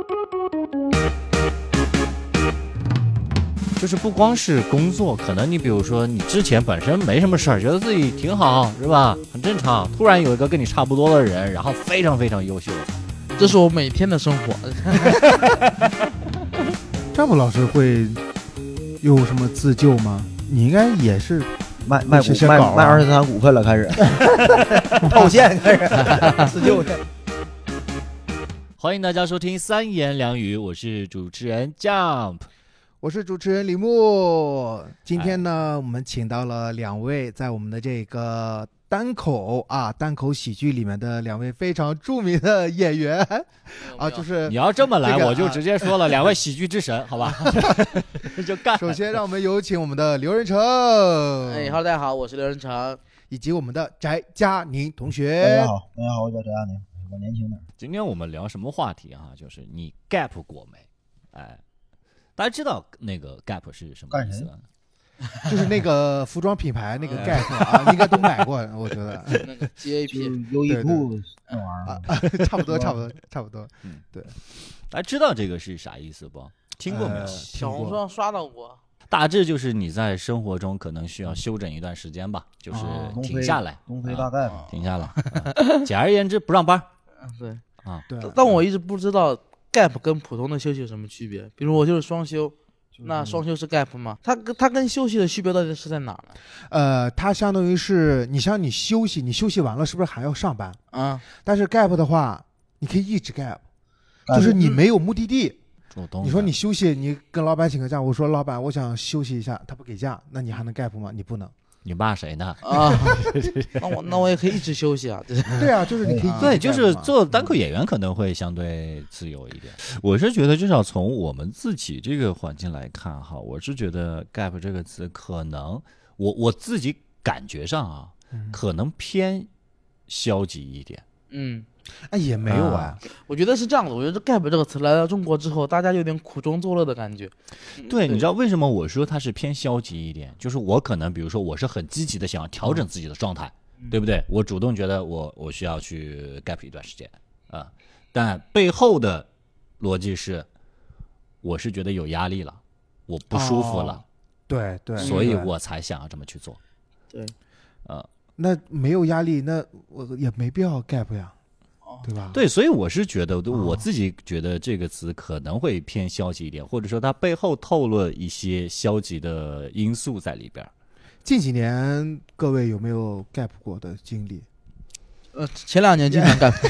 就是不光是工作，可能你比如说你之前本身没什么事儿，觉得自己挺好，是吧？很正常。突然有一个跟你差不多的人，然后非常非常优秀， 这是我每天的生活。 詹姆老师会有什么自救吗？你应该也是卖23股份了，开始套现，开始自救去。 欢迎大家收听三言两语，我是主持人 Jump。 我是主持人李牧。今天呢，我们请到了两位在我们的这个单口喜剧里面的两位非常著名的演员啊，就是你要这么来， 这个我就直接说了，两位喜剧之神，好吧？就干。 首先，让我们有请我们的刘仁成。 哎，Hello，大家好，我是刘仁成， 以及我们的翟佳宁同学。 大家好，我叫翟佳宁，我年轻点。 今天我们聊什么话题啊？就是你 gap 过没？哎。大家知道那个 Gap 是什么意思吗？ 就是那个服装品牌那个 Gap 啊，应该都买过，我觉得。 那个 GAP 优衣库那玩意儿，差不多。对。 大家知道这个是啥意思不？听过没有？ 小红书上刷到过。 大致就是你在生活中可能需要休整一段时间吧，就是停下来， 东非大概停下来。简而言之，不上班。 对啊， 对。 但我一直不知道。gap 跟普通的休息有什么区别？比如我就是双休，那双休是 gap 吗？它跟休息的区别到底是在哪呢？它相当于是你休息完了是不是还要上班啊？ 但是 gap 的话，你可以一直 gap， 就是你没有目的地。你说你休息，你跟老板请个假，我说老板我想休息一下，他不给假，那你还能 gap 吗？你不能。 你骂谁呢？ 啊，那我也可以一直休息啊。 对啊，就是你可以对，就是做单口演员可能会相对自由一点。我是觉得至少从我们自己这个环境来看哈，我是觉得 gap 这个词可能我自己感觉上啊，可能偏消极一点。 也没有啊。 我觉得是这样的，我觉得 gap 这个词来到中国之后，大家有点苦中作乐的感觉。 对，你知道为什么我说它是偏消极一点？就是我可能比如说我是很积极的想要调整自己的状态，对不对？我主动觉得我需要去 gap 一段时间啊，但背后的逻辑是，我是觉得有压力了，我不舒服了， 对， 所以我才想要这么去做。 对， 那没有压力，那我也没必要 gap 呀。对吧？ 对，所以我是觉得，我自己觉得这个词可能会偏消极一点，或者说它背后透露一些消极的因素在里边。 近几年各位有没有 gap 过的经历？ 前2年经常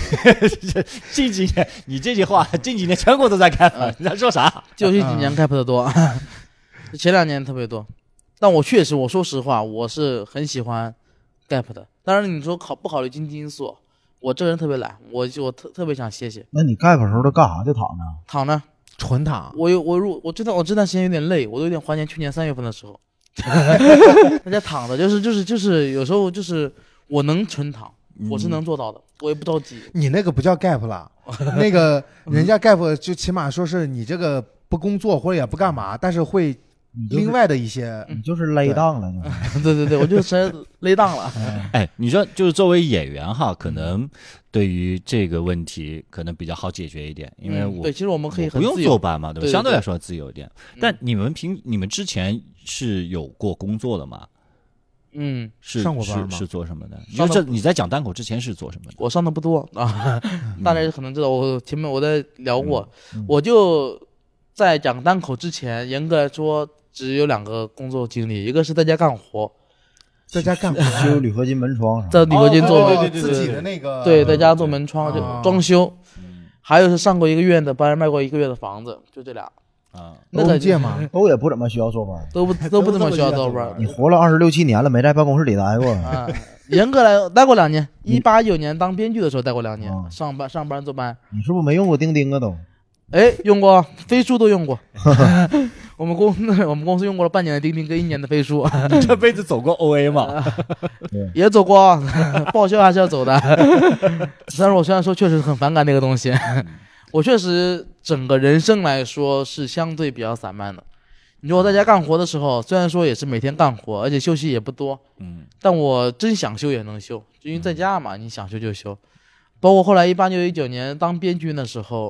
gap。 近几年，你这句话，近几年全国都在 gap，你在说啥？ 就近几年 gap 的多，前2年特别多。但我确实，我说实话，我是很喜欢 gap 的。当然，你说不考虑经济因素。我这人特别懒，我特别想歇歇。 那你 gap 时候都干啥？就躺着， 纯躺。 我这段时间有点累，我都有点怀念去年3月份的时候，大家躺着，就是有时候就是我能纯躺，我是能做到的，我也不着急。 你那个不叫 gap 了，那个人家 gap 就起码说是你这个不工作或者也不干嘛，但是会。另外的一些， 你就是勒档了， 对，我就是勒档了。 哎，你说就是作为演员哈，可能对于这个问题可能比较好解决一点，因为对，其实我们可以不用坐班嘛，对吧？相对来说自由一点。但你们之前是有过工作的吗？ 上过班吗？ 是做什么的？你在讲单口之前是做什么的？ 我上的不多啊，大家可能知道，我前面我在聊过，我就在讲单口之前，严格来说。只有2个工作经历，一个是在家干活， 修铝合金门窗， 在铝合金做自己的那个， 对，在家做门窗就装修，还有是上过1个月的，帮人卖过1个月的房子，就这俩。 那个届嘛， 都也不怎么需要坐班， 都不怎么需要坐班。 你活了26、7年了，没在办公室里待过严格来待过2年，18、19年当编剧的时候待过2年，上班坐班。 你是不是没用过钉钉啊？都。 用过，飞书都用过。我们公司用过了半年的钉钉跟1年的飞书。 这辈子走过 OA 吗？ 也走过，报销还是要走的。但是我虽然说确实很反感那个东西，我确实整个人生来说是相对比较散漫的。你说我在家干活的时候，虽然说也是每天干活，而且休息也不多，但我真想休也能休，因为在家嘛，你想休就休。包括后来18、19、19年当编剧的时候，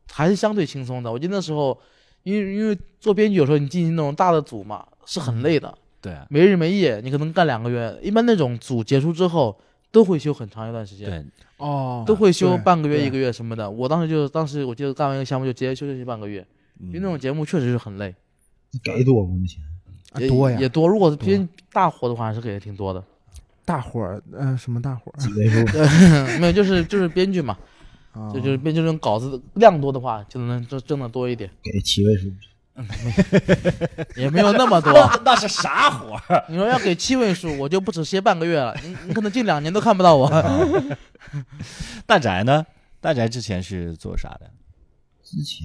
还是相对轻松的。我记得那时候，因为做编剧有时候你进行那种大的组嘛，是很累的， 对没日没夜，你可能干2个月。一般那种组结束之后都会休很长一段时间， 对， 哦， 都会休对半个月、 对 1个月什么的。我当时我记得干完一个项目就直接休息半个月，因为那种节目确实是很累， 给多不那钱？ 也多呀也多。如果是偏大活的话，还是给的挺多的。 大伙儿，什么大伙儿？ 几位数？ 没有，就是编剧嘛， 啊就是编剧这种稿子量多的话，就能挣得多一点， 给7位数。 也没有那么多。 那是啥活儿？ 你说要给7位数，我就不止歇半个月了，你可能近2年都看不到我。 大宅呢？大宅之前是做啥的？ 之前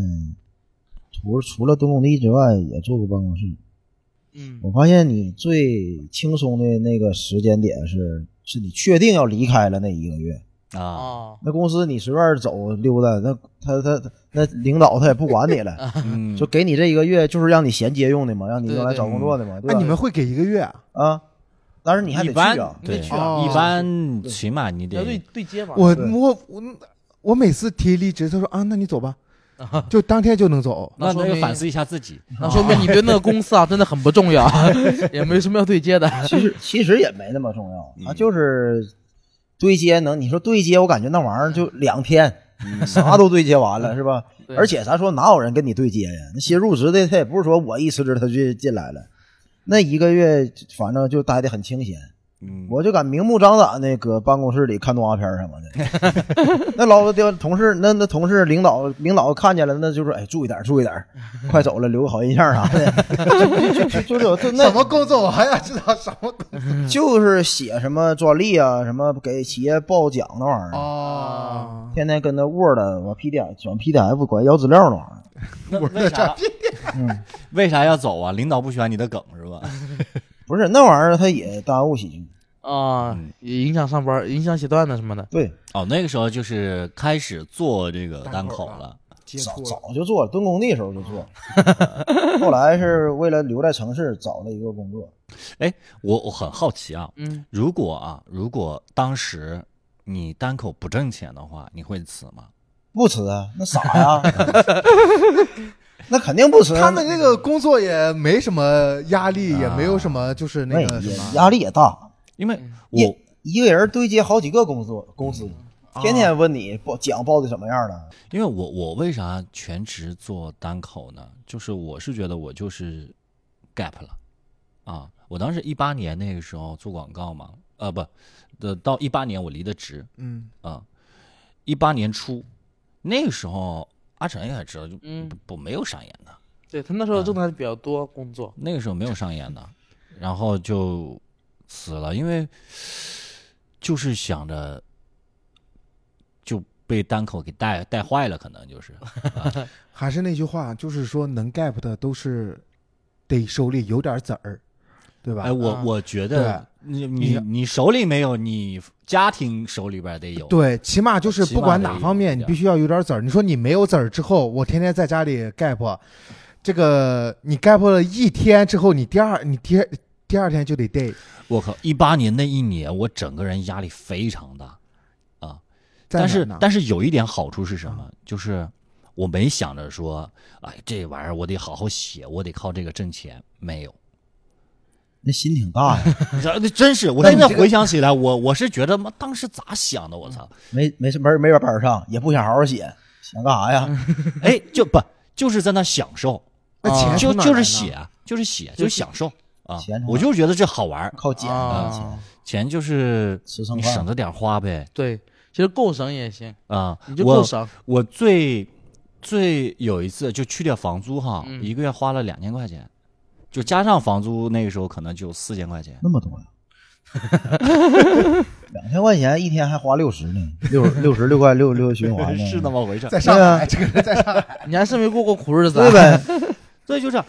除了蹲工地之外，也做过办公室。我发现你最轻松的那个时间点是你确定要离开了那1个月啊， 哦， 那公司你随便走溜达，那领导他也不管你了，就给你这1个月就是让你衔接用的嘛，让你用来找工作的嘛。对吧？ 你们会给1个月啊？ 但是你还得去啊， 你得去啊， 一般起码你要得对接嘛。 我每次提离职，他说啊，那你走吧，就当天就能走。 那说明要反思一下自己。 那说明你对那个公司啊真的很不重要，也没什么要对接的。 其实也没那么重要，他就是对接你说对接，我感觉那玩意儿就2天，啥都对接完了是吧？而且咱说哪有人跟你对接呀？那新入职的他也不是说我一辞职他就进来了，那1个月反正就待得很清闲。我就敢明目张胆的搁办公室里看动画片什么的。那老同事那同事领导看见了，那就是哎注意点，快走了，留个好印象啥的。就那什么工作我还要知道什么工作？ 就是写什么专利啊，什么给企业报奖那玩意儿。 哦， 天天跟那 Word 我 转 PDF 管要资料那玩意儿。 那为啥？为啥要走啊？领导不喜欢你的梗是吧？ 不是那玩意儿，它也耽误喜剧啊，也影响上班，影响写段子什么的。 对， 那个时候就是开始做这个单口了， 早就做了，蹲工地的时候就做了。后来是为了留在城市找了一个工作。 哎，我很好奇啊，如果当时你单口不挣钱的话，你会辞吗？ 不辞啊，那傻呀。那肯定不辞。 他们那个工作也没什么压力，也没有什么就是那个什么压力也大， 因为我一个人对接好几个公司，天天问你报的什么样的。 因为我为啥全职做单口呢？就是我是觉得我就是 gap 了啊！我当时18年那个时候做广告嘛，到18年我离的职，18年初那个时候。阿成也知道，就没有上演的。 对，他那时候挣的还是比较多工作， 那个时候没有上演的，然后就辞了，因为就是想着就被单口给带坏了，可能就是。 还是那句话，就是说能 gap 的都是得手里有点子儿，对吧？ 哎，我觉得你手里没有，你家庭手里边得有。 对，起码就是不管哪方面，你必须要有点子儿。你说你没有子儿之后，我天天在家里 gap， 这个你 gap 了1天之后，你第二天就得 day。 我靠，18年那1年，我整个人压力非常大啊。但是有一点好处是什么？就是我没想着说，哎，这玩意儿我得好好写，我得靠这个挣钱，没有。 那心挺大呀！ 你知道，那真是，我现在回想起来，我是觉得妈当时咋想的？我操， 没班上，也不想好好写，想干啥呀？ 哎，就是在那享受，就是写，就是享受啊！我就觉得这好玩， 靠捡钱就是你省着点花呗。 对，其实够省也行啊， 你就够省。 我最有一次就去掉房租哈，1个月花了2000块钱。就加上房租，那个时候可能就4000块钱， 那么多呀！2000块钱一天还花60呢，66块6循环呢， 是那么回事。 在上海，这个人在上海， 你还是没过苦日子， 对呗？ 所以就这样，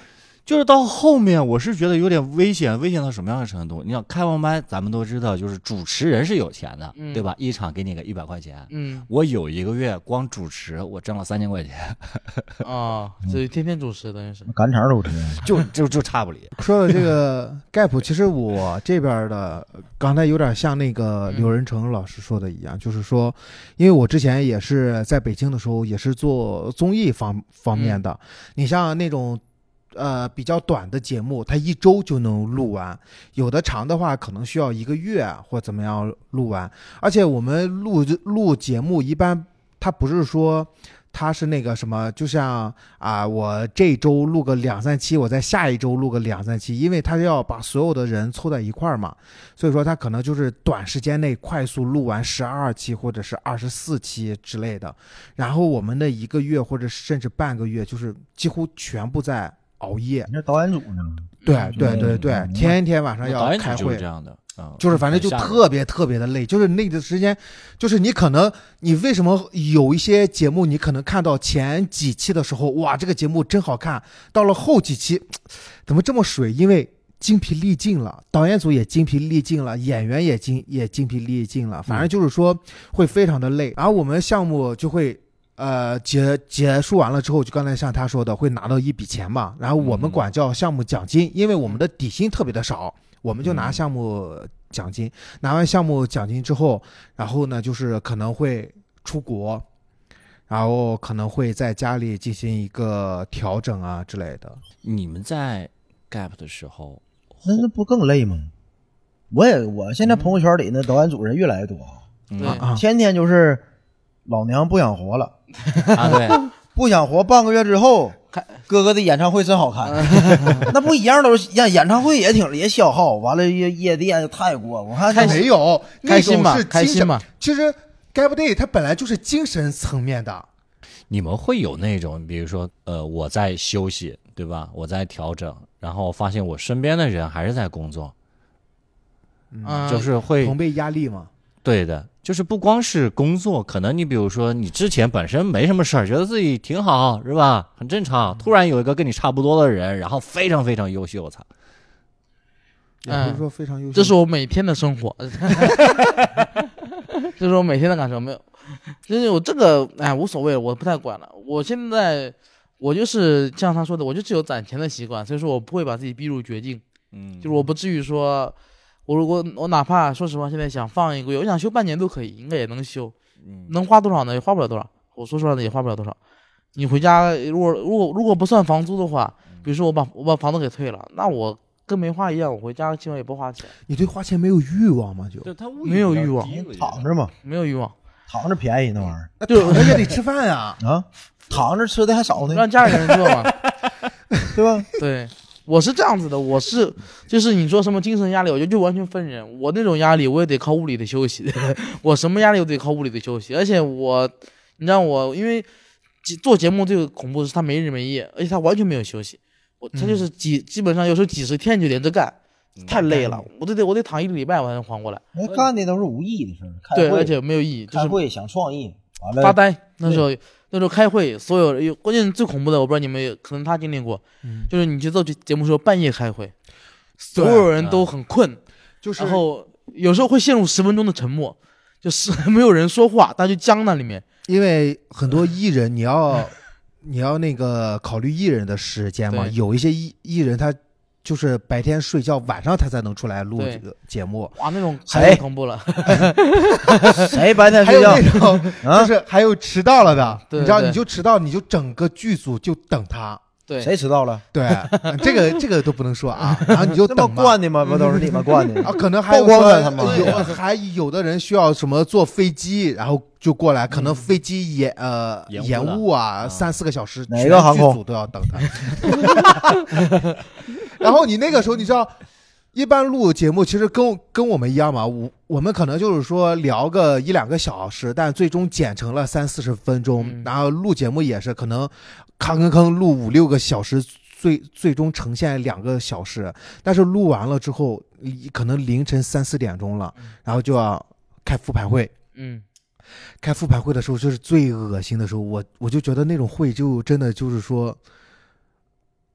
就是到后面，我是觉得有点危险，危险到什么样的程度？你想开完麦，咱们都知道，就是主持人是有钱的，对吧？一场给你个100块钱，我有一个月光主持，我挣了3000块钱， 所以天天主持等于是赶场主持， 就差不离。 说的这个 gap， 其实我这边的刚才有点像那个刘仁成老师说的一样，就是说，因为我之前也是在北京的时候，也是做综艺方面的，你像那种。比较短的节目，它1周就能录完，有的长的话可能需要1个月或怎么样录完。而且我们录节目一般，它不是说它是那个什么，就像我这周录个2、3期，我在下一周录个2、3期，因为它要把所有的人凑在一块儿嘛，所以说它可能就是短时间内快速录完12期或者是24期之类的。然后我们的1个月或者甚至半个月，就是几乎全部在熬夜。 你是导演组呢？ 对，天天晚上要开会， 这样的， 就是反正就特别特别的累。就是那个时间，就是你为什么有一些节目，你可能看到前几期的时候，哇，这个节目真好看，到了后几期怎么这么水？因为精疲力尽了，导演组也精疲力尽了，演员也精疲力尽了，反正就是说会非常的累。然后我们项目就会。结束完了之后，就刚才像他说的，会拿到一笔钱嘛，然后我们管叫项目奖金，因为我们的底薪特别的少，我们就拿项目奖金，拿完项目奖金之后，然后呢就是可能会出国，然后可能会在家里进行一个调整啊之类的。 你们在 gap 的时候， 那不更累吗？我现在朋友圈里那导演组人越来越多，天天就是老娘不想活了对， 不想活半个月之后，哥哥的演唱会真好看，那不一样，都是演唱会也消耗，完了夜店泰国，我看没有开心嘛，开心嘛。其实 gap day 它本来就是精神层面的。 你们会有那种，比如说我在休息，对吧？我在调整，然后发现我身边的人还是在工作，就是会同辈压力嘛。 对的，就是不光是工作，可能你比如说你之前本身没什么事儿，觉得自己挺好，是吧？很正常。突然有一个跟你差不多的人，然后非常非常优秀，我操！ 也不是说非常优秀， 这是我每天的生活，这是我每天的感受。没有，就是我这个无所谓，我不太管了。我现在我就是像他说的，我就是有攒钱的习惯，所以说我不会把自己逼入绝境。就是我不至于说。我哪怕说实话，现在想放一个月，我想休半年都可以，应该也能休。能花多少呢？也花不了多少。我说实话的，也花不了多少。你回家，如果不算房租的话，比如说我把房子给退了，那我跟没花一样，我回家基本也不花钱。 你对花钱没有欲望吗？就他没有欲望， 躺着嘛， 没有欲望， 躺着便宜那玩意儿， 躺着也得吃饭呀躺着吃的还少呢， 让家里人做嘛， 对吧？ 对。我是这样子的，就是你说什么精神压力，我觉得就完全分人。我那种压力，我也得靠物理的休息。我什么压力我得靠物理的休息，而且你让我，因为做节目最恐怖的是他没日没夜，而且他完全没有休息。他就是基本上有时候几十天就连着干，太累了。我得躺1个礼拜我才能缓过来。 干的都是无意义的事儿， 对，而且没有意义，就是开会想创意，完了发呆。那时候开会，所有关键最恐怖的，我不知道你们有可能他经历过，就是你去做节目的时候半夜开会，所有人都很困，然后有时候会陷入10分钟的沉默，就是没有人说话，大家就僵那里面。 因为很多艺人，你要那个考虑艺人的时间嘛，有一些艺人他就是白天睡觉，晚上他才能出来录这个节目。 哇，那种太恐怖了！ 谁白天睡觉？ 还有那种就是还有迟到了的， 你知道，你就迟到，你就整个剧组就等他。 对， 谁迟到了？ 对，这个都不能说啊，然后你就等嘛。 惯的吗？不都是你们惯的啊？可能还有还有的人需要什么坐飞机，然后就过来，可能飞机延误啊，3、4个小时， 哪个航空剧组都要等他。然后你那个时候，你知道，一般录节目其实跟我们一样嘛，我们可能就是说聊个1、2个小时，但最终剪成了30、40分钟，然后录节目也是可能吭录5、6个小时，最终呈现2个小时，但是录完了之后，可能凌晨3、4点钟了，然后就要开复盘会。开复盘会的时候，就是最恶心的时候，我就觉得那种会就真的就是说。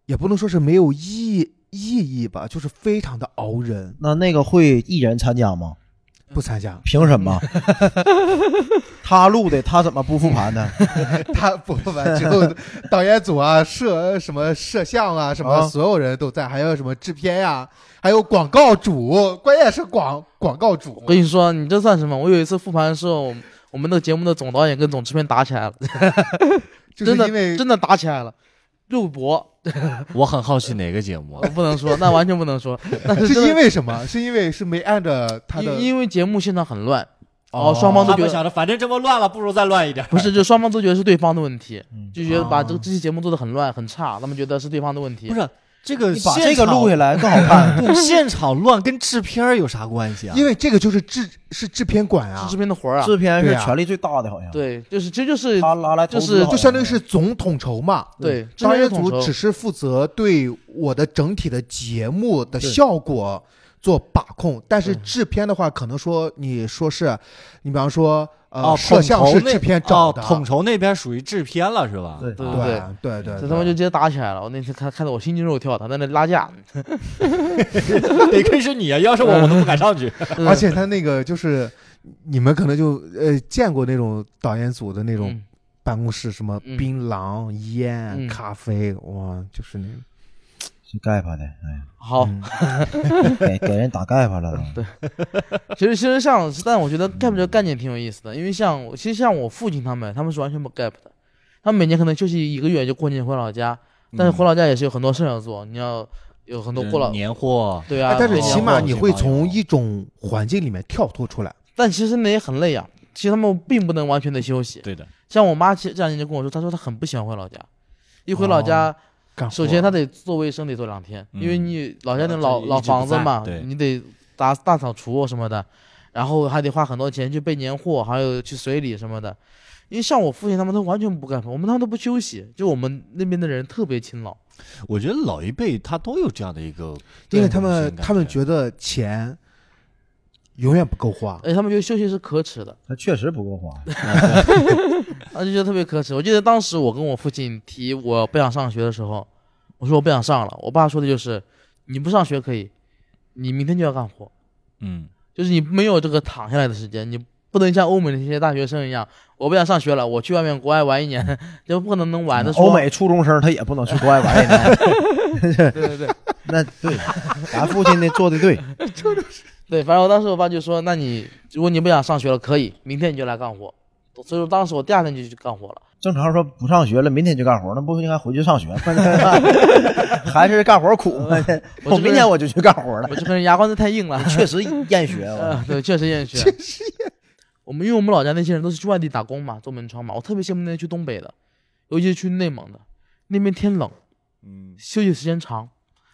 也不能说是没有意义吧，就是非常的熬人。 那个会艺人参加吗？ 不参加， 凭什么？他录的，他怎么不复盘呢？ 他不只有导演组啊、摄像啊，什么所有人都在，还有什么制片呀、还有广告主，关键是广告主。 我跟你说，你这算什么？我有一次复盘的时候，我们那个节目的总导演跟总制片打起来了， 就是因为真的打起来了，肉搏。 我很好奇哪个节目不能说，那完全不能说。 是因为什么？是因为是没按着他的， 因为节目现场很乱，双方都觉得他们想着反正这么乱了，不如再乱一点。 不是，就双方都觉得是对方的问题，就觉得把这哦期节目做的很乱很差，他们觉得是对方的问题。 不是这个你把这个录下来更好看。 对，现场乱跟制片有啥关系啊？ 因为这个就是制片管啊是制，片的活儿啊。 制片对啊是权力最大的，好像。 对，其实就是他拉来投资就是好像就相当于是总统筹嘛。 对，制导演片的统筹组只是负责对我的整体的节目的效果做把控，但是制片的话，可能说你比方说摄像是制片找的， 统筹那边属于制片了是吧？ 对对对， 这他们就直接打起来了。我那天看得我心惊肉跳，他在那拉架。 得亏是你啊，要是我都不敢上去。 而且他那个就是你们可能就见过那种导演组的那种办公室，什么槟榔、烟、咖啡，哇，就是那种是gap的，哎， 好， 给人打 gap 了。 对，其实像，但我觉得 gap 这个概念挺有意思的，因为其实像我父亲他们是完全不 gap 的，他们每年可能休息1个月就过年回老家，但是回老家也是有很多事要做，你要有很多年货， 对啊， 但是起码年货你会从一种环境里面跳脱出来。 但其实那也很累啊，其实他们并不能完全的休息。 对的， 像我妈这两年就跟我说，她说她很不喜欢回老家，一回老家。首先他得做卫生得做2天，因为你老家那老房子嘛，你得大扫除什么的，然后还得花很多钱去备年货，还有去水里什么的。因为像我父亲他们都完全不干活，他们都不休息，就我们那边的人特别勤劳。 我觉得老一辈他都有这样的一个， 因为他们觉得钱永远不够花， 他们觉得休息是可耻的。 他确实不够花， 他就觉得特别可耻。我记得当时我跟我父亲提我不想上学的时候，我说我不想上了，我爸说的就是你不上学可以，你明天就要干活。就是你没有这个躺下来的时间，你不能像欧美那些大学生一样，我不想上学了，我去外面国外玩1年，就不可能玩的。 欧美初中生他也不能去国外玩1年。 对， 那对，咱父亲的做的对。 对，反正我当时我爸就说，那如果你不想上学了，可以，明天你就来干活。所以说当时我第2天就去干活了。 正常说不上学了，明天就干活，那不应该回去上学吗？还是干活苦吗？我明天我就去干活了。 我就可能牙关子太硬了， 确实厌学。 对，确实厌学。因为我们老家那些人都是去外地打工嘛，做门窗嘛，我特别羡慕那些去东北的，尤其是去内蒙的，那边天冷，休息时间长。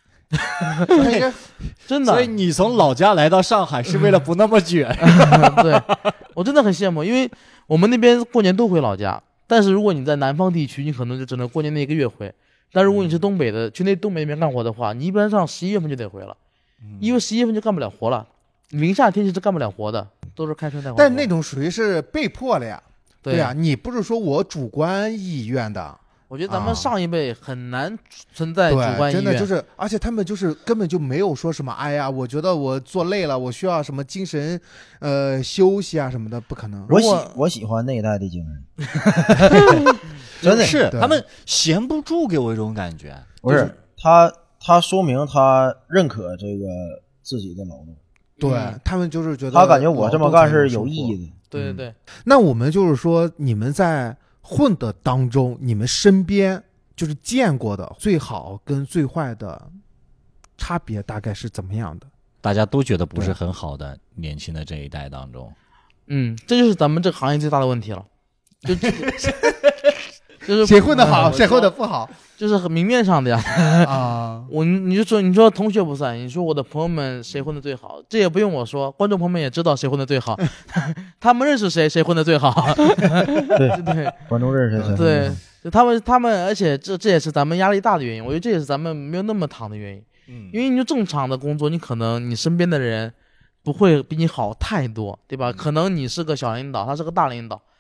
真的， 所以你从老家来到上海是为了不那么卷。 对，我真的很羡慕，因为我们那边过年都回老家，但是如果你在南方地区，你可能就只能过年那1个月回。但如果你是东北的，去东北那边干活的话，你一般上11月份就得回了，因为11月份就干不了活了，零下天气是干不了活的，都是开春带活。 但那种属于是被迫的呀， 对呀，你不是说我主观意愿的。 我觉得咱们上一辈很难存在主观意愿， 真的就是，而且他们就是根本就没有说什么，哎呀，我觉得我做累了，我需要什么精神休息啊什么的，不可能。 我喜欢那一代的精神。真的是他们闲不住，给我一种感觉。 不是他说明他认可这个自己的劳动， 对他们就是觉得他感觉我这么干是有意义的。 对。 那我们就是说，你们在混的当中，你们身边就是见过的最好跟最坏的差别大概是怎么样的？ 大家都觉得不是很好的年轻的这一代当中， 这就是咱们这个行业最大的问题了，就是谁混得好，谁混得不好， 就是很明面上的呀。 啊， 你说同学不算，你说我的朋友们谁混得最好，这也不用我说，观众朋友们也知道谁混得最好，他们认识谁混得最好。对， 观众认识谁？ 对，他们，而且这也是咱们压力大的原因。我觉得这也是咱们没有那么躺的原因。因为你就正常的工作，你可能你身边的人不会比你好太多，对吧？可能你是个小领导，他是个大领导。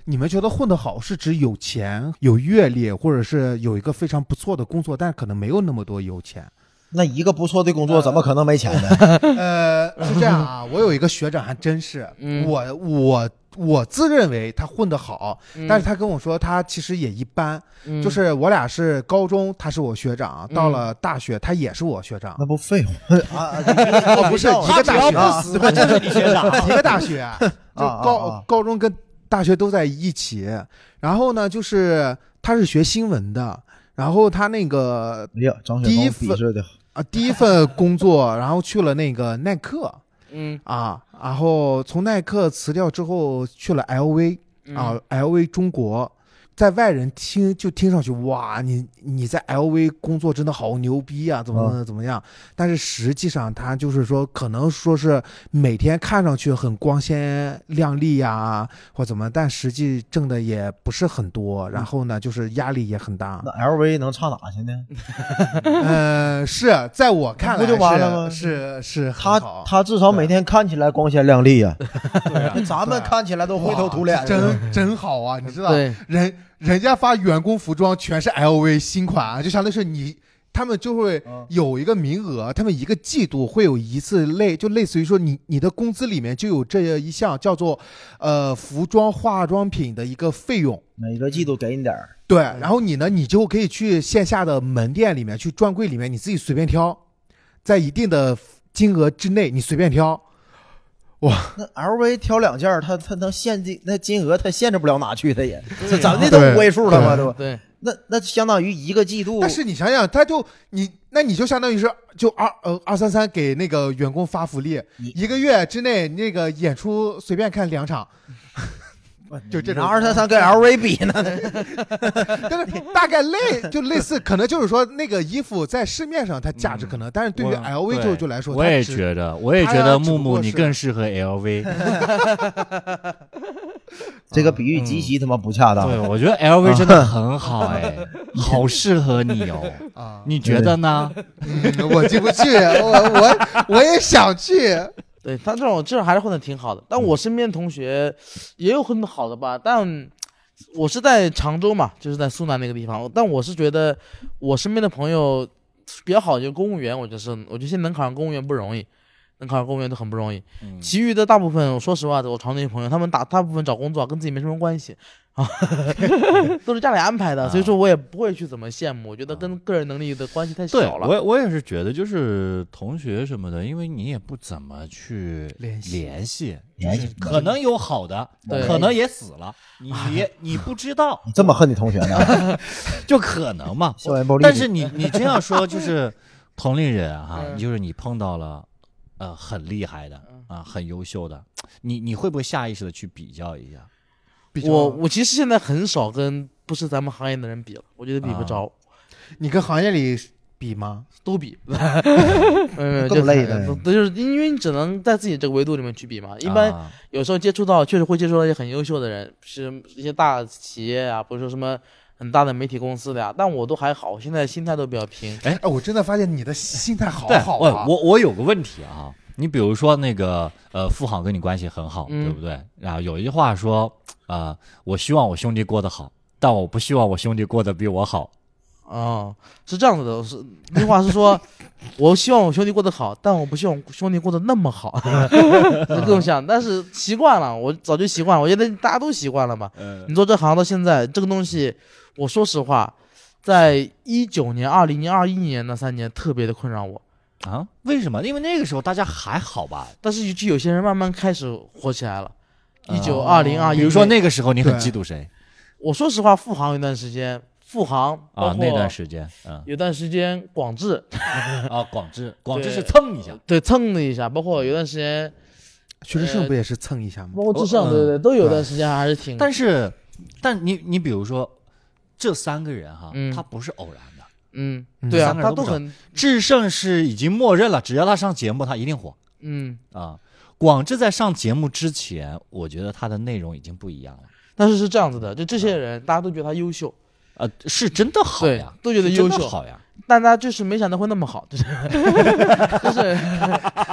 你们觉得混得好是指有钱、有阅历，或者是有一个非常不错的工作，但是可能没有那么多有钱？ 那一个不错的工作怎么可能没钱呢？ 是这样啊，我有一个学长还真是，我自认为他混得好，但是他跟我说他其实也一般，就是我俩是高中，他是我学长，到了大学他也是我学长。 那不废话啊？ 不是一个大学不死他就是你学长， 一个大学，就高中跟大学都在一起。然后呢，就是他是学新闻的，然后他那个哎呀，张雪峰鄙视的第一份工作，然后去了那个耐克，然后从耐克辞掉之后去了 LV ，LV 中国，在外人听上去哇，你在 LV 工作真的好牛逼啊，怎么样？但是实际上他就是说，可能说是每天看上去很光鲜亮丽呀，或怎么，但实际挣的也不是很多，然后呢，就是压力也很大。 那 LV 能差哪去呢？是在我看来不就完了吗？ 是很好， 他至少每天看起来光鲜亮丽啊，咱们看起来都灰头土脸。 真好啊，你知道， 对人家发员工服装全是 LV 新款，就相当于是他们就会有一个名额，他们一个季度会有一次就类似于说你的工资里面就有这一项叫做服装化妆品的一个费用， 每个季度给你点儿。 对，然后你就可以去线下的门店里面，去专柜里面，你自己随便挑，在一定的金额之内你随便挑。哇， 那 LV 挑2件，他能限制那金额，他限制不了哪去的也，这咱的都5位数了嘛，对吧？ 对， 那相当于一个季度。 但是你想想，你就相当于是233给那个员工发福利，一个月之内那个演出随便看2场。就这种 233跟 LV 比呢， 但是大概类似，可能就是说那个衣服在市面上它价值可能，但是对于 LV 就来说， 我也觉得木木你更适合 LV。 这个比喻极其他妈不恰当。 对，我觉得 LV 真的很好哎，好适合你哦。你觉得呢？ 我进不去，我也想去。 对，他这种还是混得挺好的，但我身边同学也有混得好的吧，但我是在常州嘛，就是在苏南那个地方，但我是觉得我身边的朋友比较好，就是公务员，我觉得现在能考上公务员不容易，能考上公务员都很不容易。其余的大部分，我说实话，我常州那些朋友，他们大部分找工作跟自己没什么关系啊，都是家里安排的，所以说我也不会去怎么羡慕，我觉得跟个人能力的关系太小了。 对，我也是觉得，就是同学什么的，因为你也不怎么去联系，可能有好的，可能也死了，你不知道。 你这么恨你同学呢？ 就可能嘛。 校园暴力。 但是你这样说，就是同龄人哈，就是你碰到了很厉害的很优秀的，你会不会下意识的去比较一下？ 我其实现在很少跟不是咱们行业的人比了，我觉得比不着。 你跟行业里比吗？ 都比， 更累的。 就是因为你只能在自己这个维度里面去比嘛。一般有时候确实会接触到一些很优秀的人，是一些大企业啊，不是说什么很大的媒体公司的呀，但我都还好，我现在心态都比较平。 我真的发现你的心态好好啊。我有个问题啊。你比如说那个富航跟你关系很好，对不对？然后有一句话说我希望我兄弟过得好，但我不希望我兄弟过得比我好。 是这样子的，那句话是说我希望我兄弟过得好，但我不希望兄弟过得那么好。是这么想，但是习惯了，我早就习惯了，我觉得大家都习惯了嘛。你做这行到现在，这个东西，我说实话，在19年、20年、21年那3年特别的困扰我。 为什么？因为那个时候大家还好吧， 但是就有些人慢慢开始火起来了。19、20、21， 比如说那个时候你很嫉妒谁？ 我说实话，富航有段时间， 那段时间， 有段时间广智广智是蹭一下， 对，蹭了一下，包括有段时间徐志胜不也是蹭一下吗？ 包括智胜，对，都有段时间还是挺。 但你比如说这3个人哈，他不是偶然的。 对啊，他都很。 智胜是已经默认了，只要他上节目，他一定火。广智在上节目之前，我觉得他的内容已经不一样了。 但是这样子的，就这些人，大家都觉得他优秀， 是真的好呀， 都觉得优秀好呀。 但他就是没想到会那么好，就是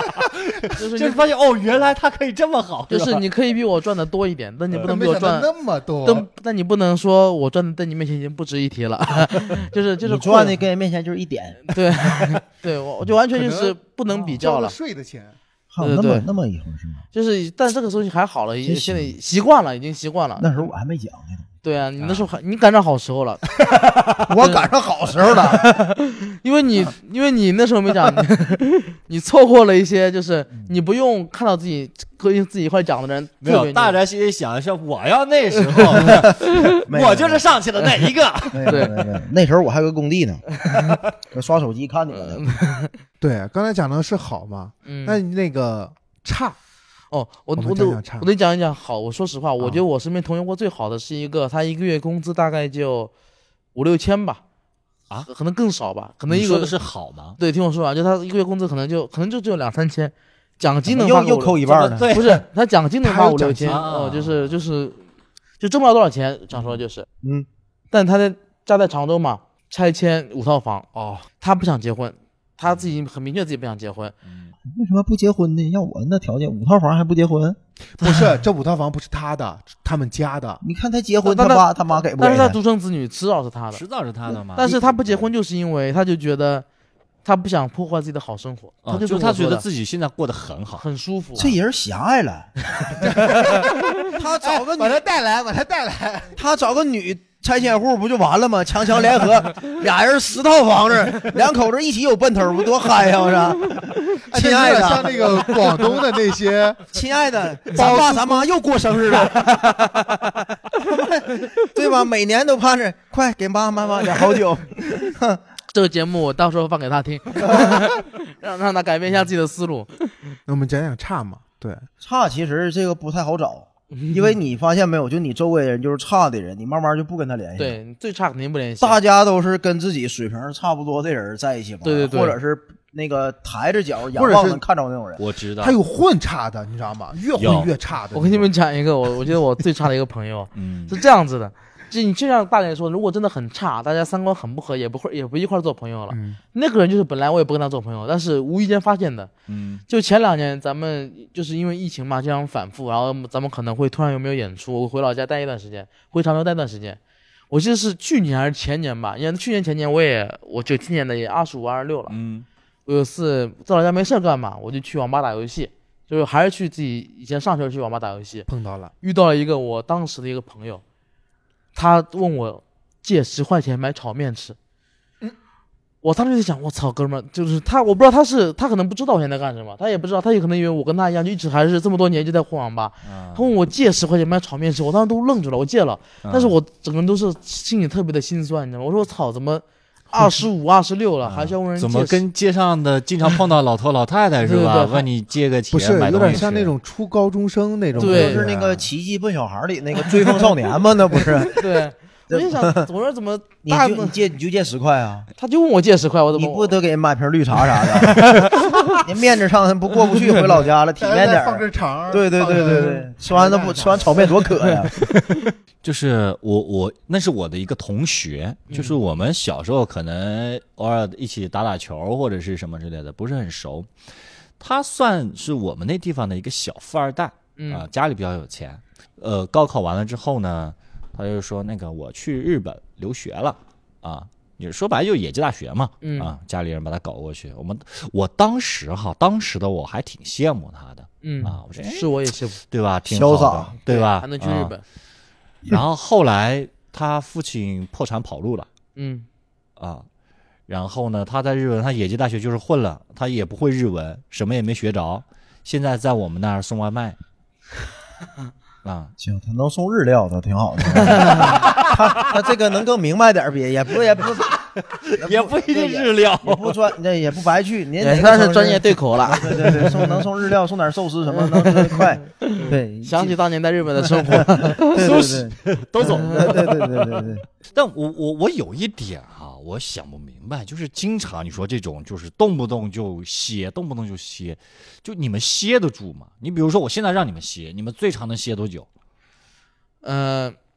就是发现哦，原来他可以这么好， 就是你可以比我赚的多一点，但你不能比我赚那么多， 但你不能说我赚的在你面前已经不值一提了，就是你赚的跟人面前就是一点， 对对，我就完全就是不能比较了。 税的钱， 还有那么一回事吗？ 就是，但这个东西还好了，现在习惯了，已经习惯了。 那时候我还没讲呢。 对啊，你那时候你赶上好时候了， 我赶上好时候了， 因为你那时候没讲，你错过了一些，就是你不用看到自己跟自己一块讲的人， 没有，大家心里想一下，我要那时候，我就是上去的那一个。 对，那时候我还有个工地呢，刷手机看你们呢。 对，刚才讲的是好嘛，那你那个差。 哦，我得讲一讲好。我说实话，我觉得我身边同学过最好的是一个，他一个月工资大概就5、6千吧，啊，可能更少吧，可能你说的是好吗？ 对，听我说完，就他一个月工资可能就只有2、3千，奖金能发又扣一半呢？ 不是，他奖金能发5、6千，哦，就挣不了多少钱，想说就是，但他家在常州嘛，拆迁5套房，哦，他不想结婚，他自己很明确自己不想结婚。 为什么不结婚呢？要我那条件，5套房还不结婚？ 不是，这5套房不是他的，他们家的。 你看他结婚，他妈给不给？ 但是他独生子女，迟早是他的， 迟早是他的嘛。 但是他不结婚，就是因为他就觉得他不想破坏自己的好生活， 他觉得自己现在过得很好， 很舒服。 这人狭隘了。他找个女， 把他带来， 他找个女拆迁户不就完了吗？强强联合，俩人10套房子，2口子一起有奔头，不多嗨呀！我说，亲爱的， 像那个广东的那些， 亲爱的，咱爸咱妈又过生日了，对吧？每年都盼着快给妈妈点好酒。 这个节目我到时候放给他听，让他改变一下自己的思路。 那我们讲讲差嘛？对， 差其实这个不太好找。因为你发现没有，就你周围人就是差的人，你慢慢就不跟他联系。 对，最差肯定不联系。 大家都是跟自己水平差不多的人在一起玩， 对， 或者是那个抬着脚仰望能看着那种人。 我知道， 他有混差的，你知道吗？越混越差的。 我跟你们讲一个，我觉得我最差的一个朋友，是这样子的。就像大姐说，如果真的很差，大家3观很不合，也不一块做朋友了。那个人就是本来我也不跟他做朋友，但是无意间发现的。就前2年咱们就是因为疫情嘛，这样反复，然后咱们可能会突然有没有演出，我回老家待一段时间，回常州待一段时间。我记得是去年还是前年吧，因为去年前年我97年的也25、26了。我有次在老家没事干嘛，我就去网吧打游戏，就是还是去自己以前上学去网吧打游戏，遇到了一个我当时的一个朋友。他问我借10块钱买炒面吃，我当时就想，我操，哥们儿，就是他，我不知道他可能不知道我现在干什么，他也不知道，他也可能以为我跟他一样，就一直还是这么多年就在混网吧。他问我借10块钱买炒面吃，我当时都愣住了，我借了，但是我整个人都是心里特别的心酸，你知道吗？我说我操，怎么25、26了，还需要问人借？ 怎么跟街上的经常碰到老头老太太是吧？问你借个钱， 不是有点像那种初高中生那种， 对， 就是那个奇迹笨小孩里那个追风少年嘛，那不是？ 对。我就想，我说怎么你就借10块啊？ 他就问我借10块，我怎么你不得给人买瓶绿茶啥的？你面子上不过不去，回老家了，体面点。 放根肠。 对，吃完炒面多渴呀。 就是我那是我的一个同学，就是我们小时候可能偶尔一起打球或者是什么之类的，不是很熟。他算是我们那地方的一个小富二代啊，家里比较有钱。高考完了之后呢，他就说那个我去日本留学了啊，也说白了就野鸡大学嘛，啊，家里人把他搞过去。我当时的我还挺羡慕他的，啊，我说是我也羡慕， 对吧？挺潇洒， 对吧？ 还能去日本。 然后后来他父亲破产跑路了，然后呢，他在日本，他野鸡大学就是混了，他也不会日文，什么也没学着，现在在我们那儿送外卖。啊， 行，他能送日料的挺好的。他这个能更明白点，也不一定日料， 也不白去。您也算是专业对口了。 对，能送日料，送点寿司什么能快。对， 想起当年在日本的生活， 对， 都走。 对。 但我有一点啊，我想不明白，就是经常你说这种就是动不动就歇，就你们歇得住吗？你比如说我现在让你们歇，你们最长能歇多久？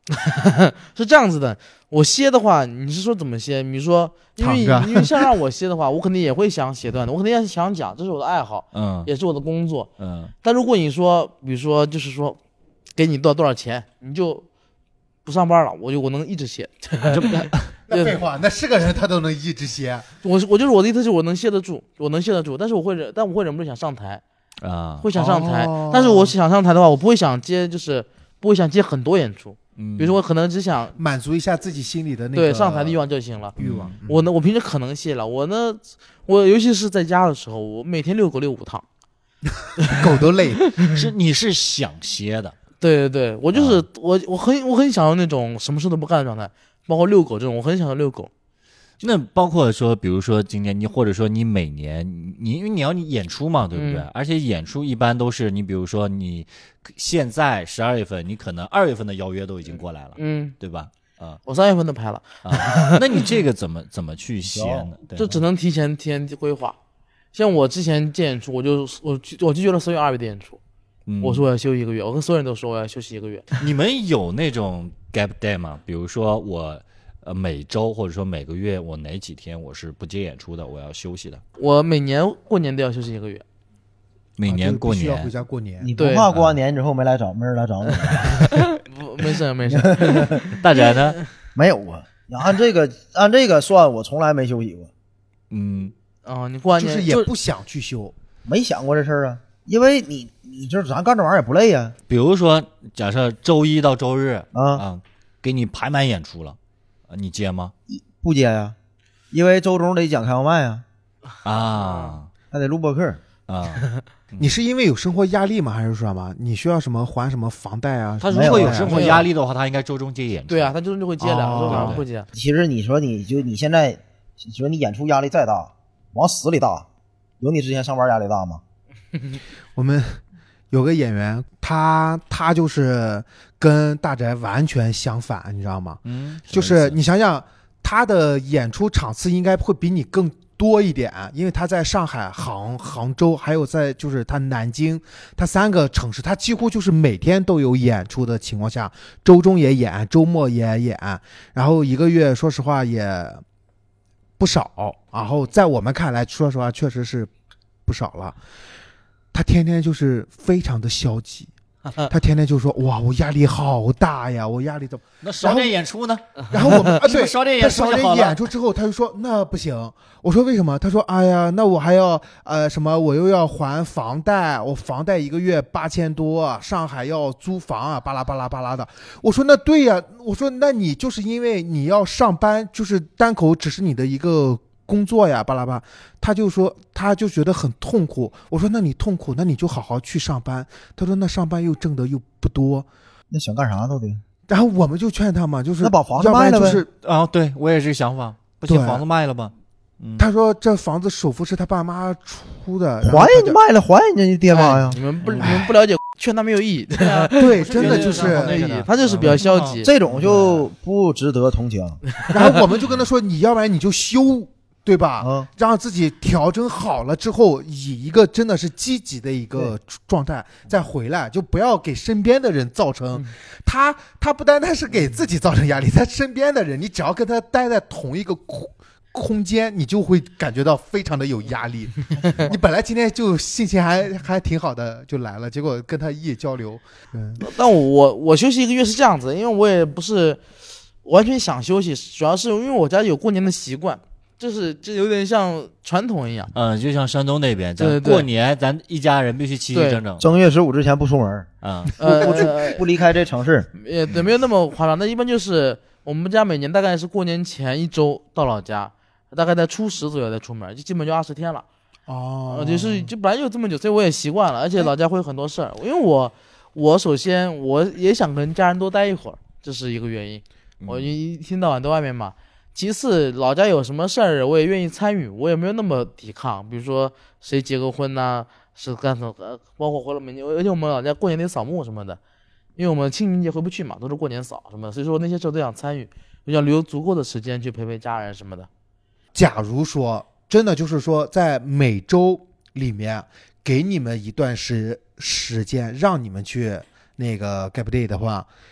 是这样子的，我歇的话，你是说怎么歇？比如说，因为躺着因为像让我歇的话，我肯定也会想写段子，我肯定要想讲，这是我的爱好，也是我的工作。但如果你说，比如说就是说，给你多少钱，你就不上班了，我能一直歇。 那废话，那是个人他都能一直歇。 我就是我的意思，就是我能歇得住，但是我会忍不住想上台啊，会想上台。但是我想上台的话，我不会想接，就是不会想接很多演出。比如说我可能只想满足一下自己心里的那个对上台的欲望就行了。 欲望。 我平时可能歇了，我尤其是在家的时候，我每天遛狗遛5趟， 狗都累。 你是想歇的。 对，我就是我很享受那种什么事都不干的状态，包括遛狗这种，我很享受遛狗。 那包括说，比如说今年或者说你每年因为你要演出嘛，对不对？而且演出一般都是你比如说你现在12月份，你可能2月份的邀约都已经过来了，对吧？ 我3月份都排了那你这个怎么去歇呢？ 这只能提前规划。像我之前接演出，我就拒绝了4月、2月的演出。我说我要休1个月，我跟所有人都说我要休息1个月。 你们有那种 gap day 吗？比如说我每周或者说每个月我哪几天我是不接演出的，我要休息的。 我每年过年都要休息1个月。 每年过年需要回家过年。 你不怕过完年之后没人来找你？ 没事。 大宅呢？ 没有啊。你按这个算，我从来没休息过。 你过完年就是也不想去休， 没想过这事儿啊。因为你就是咱干这玩意儿也不累呀。 比如说，假设周一到周日给你排满演出了，你接吗？ 不接呀，因为周中得讲开放麦还得录播客你是因为有生活压力吗？还是说什么？你需要什么还什么房贷啊？ 他如果有生活压力的话，他应该周中接演出。 对啊，他周中就会接的，周晚上会接。 其实你说你现在说你演出压力再大，往死里大，有你之前上班压力大吗？ 我们有个演员，他就是跟大宅完全相反，你知道吗？就是你想想，他的演出场次应该会比你更多一点，因为他在上海、杭州，还有在就是他南京，他3个城市，他几乎就是每天都有演出的情况下，周中也演，周末也演，然后1个月说实话也不少，然后在我们看来，说实话确实是不少了。他天天就是非常的消极，他天天就说哇，我压力好大呀，我压力怎么？ 那少点演出呢？ 然后我们对少点演出就好了。 演出之后，他就说那不行。我说为什么？他说哎呀，那我还要什么？我又要还房贷，我房贷1个月8000多，上海要租房啊，巴拉巴拉巴拉的。我说那对呀，我说那你就是因为你要上班，就是单口只是你的一个工作呀，巴拉巴，他就说他就觉得很痛苦。我说那你痛苦，那你就好好去上班。他说那上班又挣的又不多， 那想干啥都得。 然后我们就劝他嘛，就是那把房子卖了呗。 就是对我也是这个想法，不行，房子卖了吧。 他说这房子首付是他爸妈出的， 还人家卖了，还人家爹妈呀。 你们不了解，劝他没有意义。 对，真的就是他就是比较消极， 这种就不值得同情。 然后我们就跟他说，你要不然你就休。对吧？让自己调整好了之后，以一个真的是积极的一个状态再回来，就不要给身边的人造成。他不单单是给自己造成压力，他身边的人，你只要跟他待在同一个空间，你就会感觉到非常的有压力。你本来今天就心情还挺好的，就来了，结果跟他一交流， 但我休息1个月是这样子，因为我也不是完全想休息，主要是因为我家有过年的习惯。这有点像传统一样， 就像山东那边，咱过年咱一家人必须齐齐整整。 正月15之前不出门，不离开这城市。 对，没有那么夸张。那一般就是我们家每年大概是过年前1周到老家，大概在初10左右再出门，就基本就20天了。就本来就这么久，所以我也习惯了。而且老家会有很多事儿，因为我首先我也想跟家人多待一会儿，这是一个原因。我一天到晚在外面嘛。其次，老家有什么事儿，我也愿意参与，我也没有那么抵抗。比如说谁结个婚呐，是干什么，包括回了每年，而且我们老家过年得扫墓什么的，因为我们清明节回不去嘛，都是过年扫什么的，所以说那些事都想参与，我想留足够的时间去陪家人什么的。 假如说真的就是说，在每周里面给你们一段时间，让你们去那个 gap day 的话。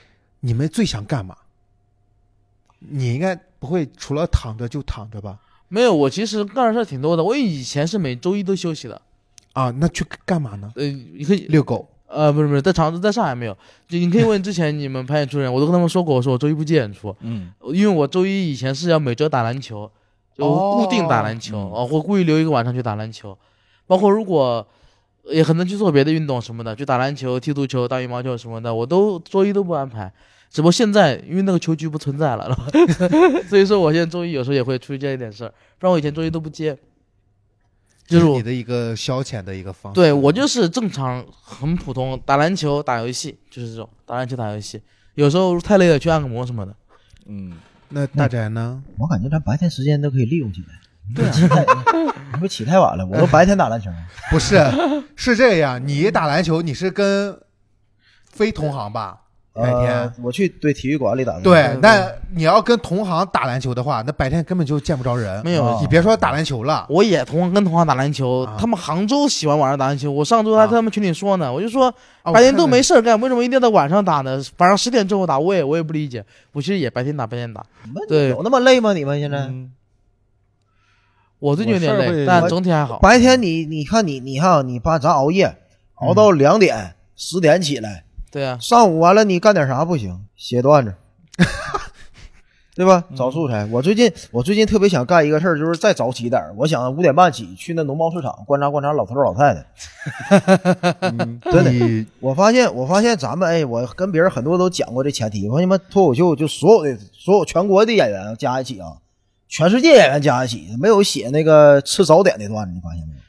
你们最想干嘛？你应该不会除了躺着就躺着吧？ 没有，我其实干的事儿挺多的。我以前是每周一都休息的。 啊，那去干嘛呢？ 你可以遛狗。 不是，在上海没有。就你可以问之前你们排演出人，我都跟他们说过，我说我周一不接演出，因为我周一以前是要每周打篮球，就固定打篮球，或故意留一个晚上去打篮球，包括如果也可能去做别的运动什么的，去打篮球、踢足球、打羽毛球什么的，我都周一都不安排。只不过现在因为那个球局不存在了，所以说我现在周一有时候也会出去接一点事儿，不然我以前周一都不接。就是你的一个消遣的一个方式。 对，我就是正常很普通打篮球打游戏，就是这种打篮球打游戏，有时候太累了去按个摩什么的。 那大宅呢？ 我感觉咱白天时间都可以利用起来。 对你不起太晚了，我都白天打篮球。 不是，是这样，你打篮球你是跟非同行吧？白天我去体育馆里打。 对，那你要跟同行打篮球的话，那白天根本就见不着人。 没有， 你别说打篮球了， 我也跟同行打篮球，他们杭州喜欢晚上打篮球。我上周还在他们群里说呢，我就说白天都没事干，为什么一定要在晚上打呢？晚上10点之后打，我也不理解。我其实也白天打。对， 有那么累吗？你们现在？ 我最近有点累，但整体还好。 白天你看你把咱熬夜熬到2点10点起来。 对啊， 上午完了你干点啥不行？写段子，对吧？找素材。我最近特别想干一个事儿，就是再早起点。我想5点半起去那农贸市场观察老头老太太。真的，我发现咱们我跟别人很多都讲过这前提。我说你们脱口秀就所有全国的演员加一起啊，全世界演员加一起，没有写那个吃早点的段子，你发现没有？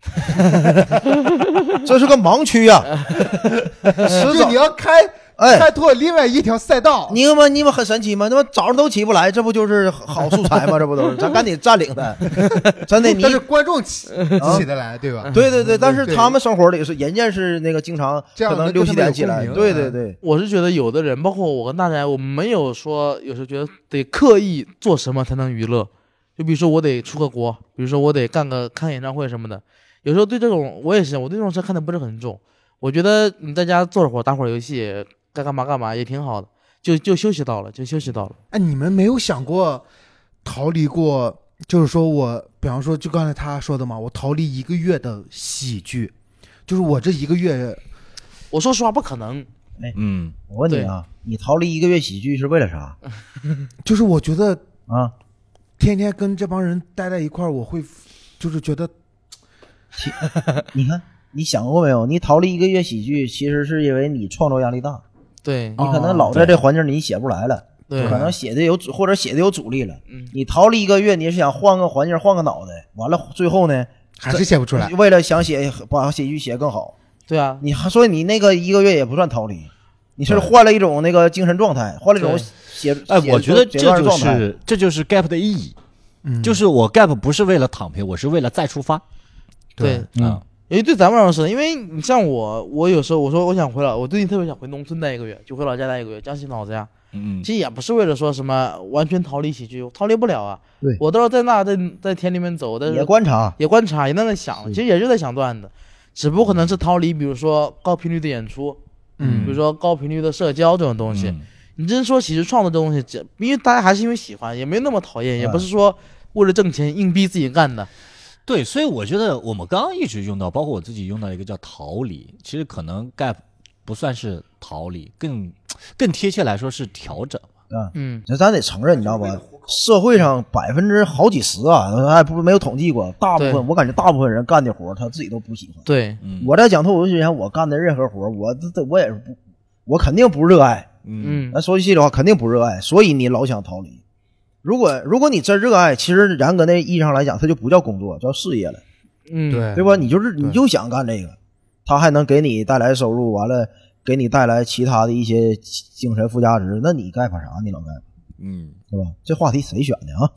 这是个盲区啊！ 就你要开拓另外一条赛道。 你们很神奇吗？他妈早上都起不来，这不就是好素材吗？这不都是？咱赶紧占领他！真的， 但是观众起得来，对吧？ 对，但是他们生活里是人家是那个经常可能6、7点起来。对， 我是觉得有的人，包括我跟大家，我们没有说有时候觉得得刻意做什么才能娱乐，就比如说我得出个国，比如说我得看演唱会什么的。有时候对这种我也是，我对这种事看得不是很重。我觉得你在家坐会儿打会儿游戏，该干嘛也挺好的，就休息到了。 哎，你们没有想过逃离过？就是说我，比方说，就刚才他说的嘛，我逃离1个月的喜剧，就是我这1个月， 我说实话不可能。 我问你啊，你逃离1个月喜剧是为了啥？ 就是我觉得啊， 天天跟这帮人待在一块儿，我会就是觉得。 你看，你想过没有？你逃离1个月喜剧，其实是因为你创作压力大。 对， 你可能老在这环境里你写不来了， 对， 可能写的有阻力了。你逃离1个月，你是想换个环境，换个脑袋，完了最后呢还是写不出来。 为了想把喜剧写更好， 对啊， 所以你那个1个月也不算逃离，你是换了一种那个精神状态，换了一种写。 我觉得这就是 gap 的意义，就是我 gap 不是为了躺平，我是为了再出发。 对，因为对咱们来说是，因为你像我有时候我说我想回老，我最近特别想回农村待1个月，就回老家待1个月，江西老家。其实也不是为了说什么完全逃离喜剧，逃离不了啊。 对， 我都是在田里面走的， 也观察， 也在那想，其实也是在想段子，只不过可能是逃离，比如说高频率的演出，比如说高频率的社交这种东西。你真说喜剧创作这东西，因为大家还是因为喜欢，也没那么讨厌，也不是说为了挣钱硬逼自己干的。 对，所以我觉得我们刚刚一直用到，包括我自己用到一个叫逃离，其实可能 gap 不算是逃离，更贴切来说是调整。 这咱得承认，你知道吧？社会上好几十啊，还不没有统计过，大部分我感觉大部分人干的活他自己都不喜欢。 对， 我在讲脱口秀之前，我干的任何活，我也是不，我肯定不热爱。那说句细的话，肯定不热爱，所以你老想逃离。如果你真热爱，其实严格那意义上来讲，它就不叫工作，叫事业了。对吧？你就想干这个，它还能给你带来收入，完了给你带来其他的一些精神附加值，那你干啥？你老干，对吧？这话题谁选的啊？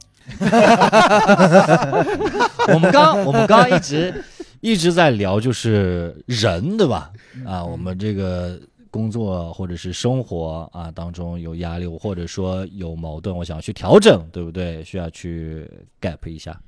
我们刚一直在聊就是人，对吧？我们这个工作或者是生活当中有压力，或者说有矛盾，我想去调整，对不对？需要去 gap 一下。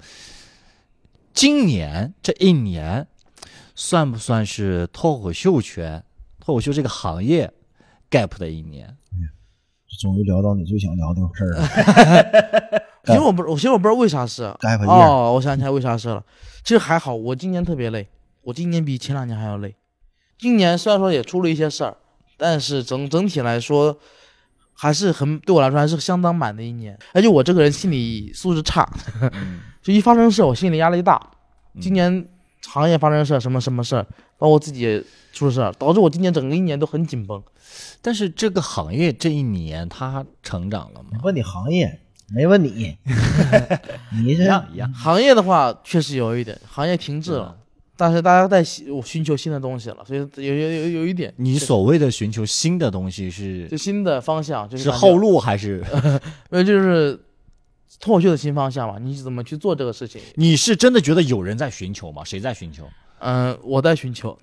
今年这1年算不算是脱口秀这个行业 gap 的一年。 终于聊到你最想聊的事儿了。 其实我不知道为啥是 gap year 哦，我想起来为啥是了。其实还好，我今年特别累，我今年比前2年还要累。今年虽然说也出了一些事儿，但是整体来说还是对我来说还是相当满的一年。而且我这个人心理素质差，就一发生事我心理压力大。今年行业发生事，什么事儿，包括我自己也出了事儿，导致我今年整个一年都很紧绷。 但是这个行业这一年它成长了吗？ 问你行业，没问你。你这一样。 行业的话确实有一点，行业停滞了，但是大家在寻求新的东西了，所以有一点。 你所谓的寻求新的东西是就新的方向，就是后路还是？ 就是脱口秀的新方向嘛？你怎么去做这个事情？ 你是真的觉得有人在寻求吗？谁在寻求？ 我在寻求。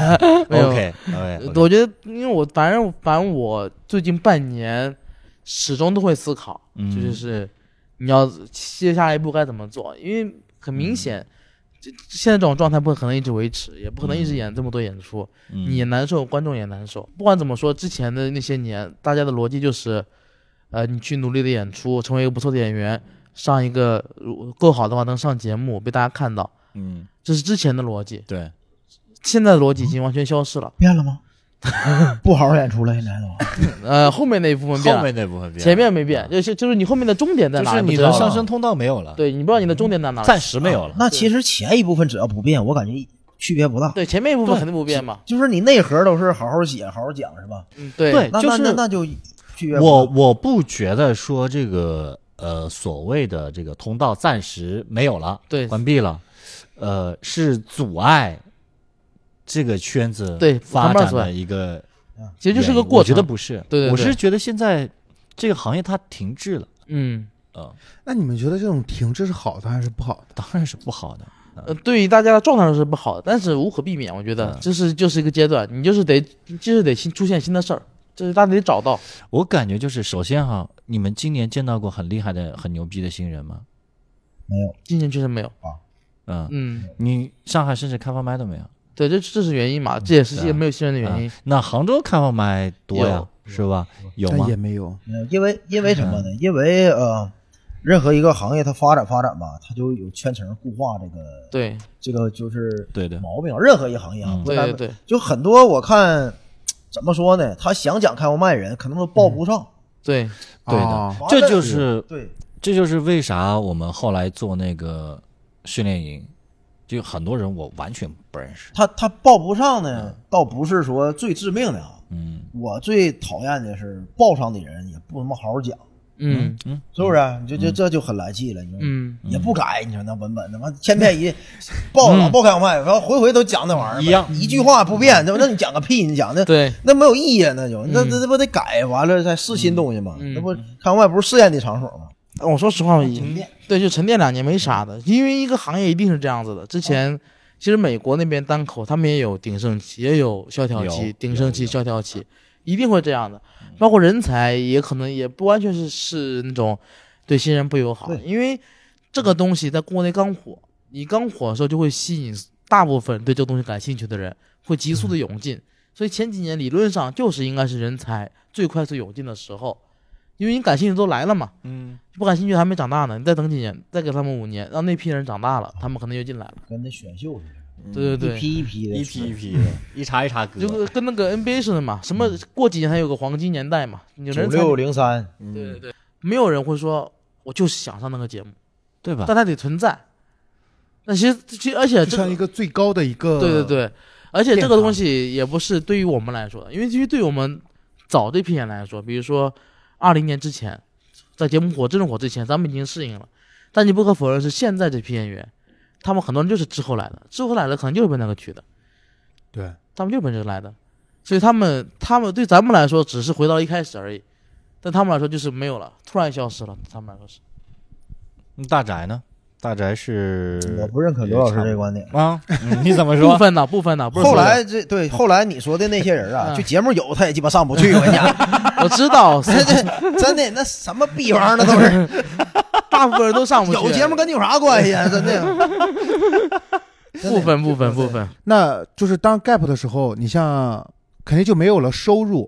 OK， 我觉得，因为我反正我最近半年始终都会思考，就是你要接下一步该怎么做，因为很明显，现在这种状态不可能一直维持，也不可能一直演这么多演出，你也难受，观众也难受。不管怎么说，之前的那些年，大家的逻辑就是，你去努力的演出，成为一个不错的演员，上一个够好的话能上节目，被大家看到。这是之前的逻辑。 对， 现在的逻辑已经完全消失了。 变了吗？不好好演出了，现在都。后面那一部分变了， 后面那部分变了， 前面没变，就是你后面的终点在哪？ 就是你的上升通道没有了。 对，你不知道你的终点在哪， 暂时没有了。 那其实前一部分只要不变，我感觉区别不大。 对，前面一部分肯定不变嘛。 就是你内核都是好好写、好好讲，是吧？ 对， 那就区别不大。 我不觉得说这个所谓的这个通道暂时没有了， 对， 关闭了，是阻碍这个圈子发展的一个， 其实就是个过程。 我觉得不是， 对， 我是觉得现在这个行业它停滞了。 那你们觉得这种停滞是好的还是不好的？ 当然是不好的。 对于大家的状态是不好的，但是无可避免，我觉得就是一个阶段，你就是得出现新的事儿，就是大家得找到。 我感觉就是首先哈，你们今年见到过很厉害的、很牛逼的新人吗？ 没有， 今年确实没有啊。 你上海甚至开放麦都没有。 对，这是原因嘛？这也是没有新人的原因。 那杭州开放麦多呀，是吧？有吗？ 也没有。 因为什么呢？因为任何一个行业它发展吧，它就有圈层固化这个就是毛病。任何一个行业啊， 对， 就很多我看怎么说呢？他想讲开放麦人可能都报不上。 对的，这就是为啥我们后来做那个训练营。就很多人我完全不认识， 他报不上呢，倒不是说最致命的啊。我最讨厌的是报上的人也不他妈好好讲，是不是？这就很来气了，你说，也不改，你说那文本他妈千篇一报开放麦，然后回都讲那玩意儿一样， 一句话不变，那你讲个屁？你讲的那没有意义啊，那就那不得改完了再试新东西吗？那不开放麦不是试验的场所吗？ 我说实话，对，就沉淀2年没啥的，因为一个行业一定是这样子的。之前其实美国那边单口他们也有鼎盛期，也有萧条期、鼎盛期、萧条期，一定会这样的。包括人才也可能也不完全是那种对新人不友好，因为这个东西在国内刚火，你刚火的时候就会吸引大部分对这个东西感兴趣的人，会急速的涌进。所以前几年理论上就是应该是人才最快速涌进的时候。因为你感兴趣都来了嘛，不感兴趣还没长大呢，你再等几年，再给他们5年，让那批人长大了，他们可能就进来了， 跟那选秀似的，对， 一批一批的， 一茬一茬割， 就跟那个 NBA 似的嘛，什么过几年还有个黄金年代嘛 ，96、03， 对，没有人会说我就是想上那个节目， 对吧？ 但他得存在。那其实而且就像一个最高的一个， 对，而且这个东西也不是对于我们来说的，因为其实对于我们早这批人来说，比如说20年之前，在节目真正火之前，咱们已经适应了。但你不可否认是现在这批演员，他们很多人就是之后来的，可能就是奔那个去的。 对， 他们就是奔这个来的，所以他们对咱们来说只是回到一开始而已，但他们来说就是没有了，突然消失了。他们来说是。 大宅呢？大宅是我不认可刘老师这个观点啊，你怎么说？ 部分呢？不是。 后来你说的那些人啊，就节目有他也鸡巴上不去，我跟你讲， 我知道， 真的那什么逼玩意儿那都是， 大部分人都上不去。 有节目跟你有啥关系啊？真的。 部分。 那就是当 gap 的时候，你像肯定就没有了收入，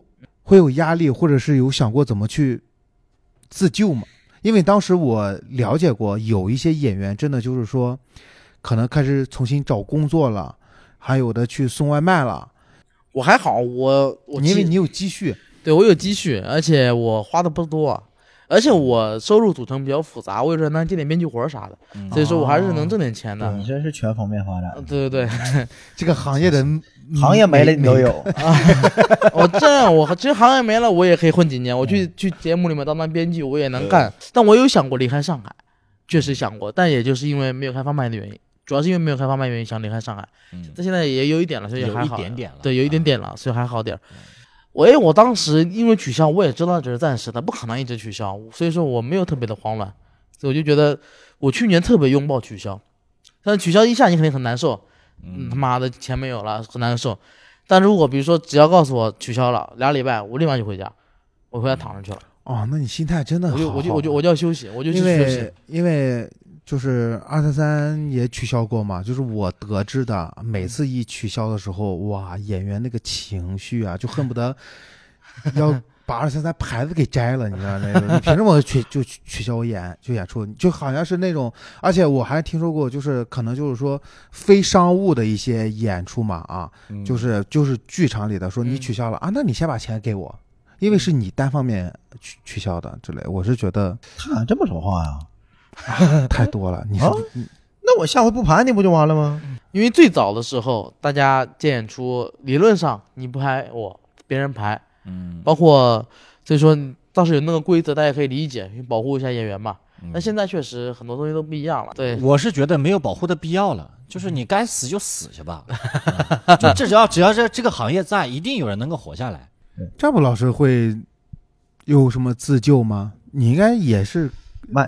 会有压力，或者是有想过怎么去自救吗？因为当时我了解过，有一些演员真的就是说，可能开始重新找工作了，还有的去送外卖了。 我还好，我因为你有积蓄， 对我有积蓄，而且我花的不多，而且我收入组成比较复杂，我有时候能接点编剧活啥的，所以说我还是能挣点钱的。 你这是全方面发展。 对对对， 这个行业的行业没了你都有。 我这样，我其实行业没了，我也可以混几年。我去节目里面当编剧，我也能干。但我有想过离开上海，确实想过，但也就是因为没有开放麦的原因，主要是因为没有开放麦原因想离开上海。但现在也有一点了，所以还好。 有一点点了， 对，有一点点了，所以还好点。我当时因为取消，我也知道这是暂时的，不可能一直取消，所以说我没有特别的慌乱，所以我就觉得我去年特别拥抱取消，但是取消一下你肯定很难受，他妈的钱没有了很难受。但如果比如说只要告诉我取消了2礼拜，我立马就回家，我回家躺上去了。 哦，那你心态真的好。 我就要休息，我就去休息。 因为就是233也取消过嘛，就是我得知的，每次一取消的时候，哇，演员那个情绪啊，就恨不得要把233牌子给摘了，你知道那种？你凭什么取消我演出？就好像是那种，而且我还听说过，就是可能就是说非商务的一些演出嘛，啊，就是剧场里的说你取消了啊，那你先把钱给我，因为是你单方面取消的之类。我是觉得他咋这么说话呀？ 太多了，你说、 那我下回不排你不就完了吗？ 因为最早的时候，大家接演出，理论上你不排我，别人排，包括所以说倒是有那个规则，大家可以理解，保护一下演员嘛。但现在确实很多东西都不一样了。对， 我是觉得没有保护的必要了，就是你该死就死去吧。就只要这个行业在，一定有人能够活下来。 占卜老师会有什么自救吗？你应该也是。 卖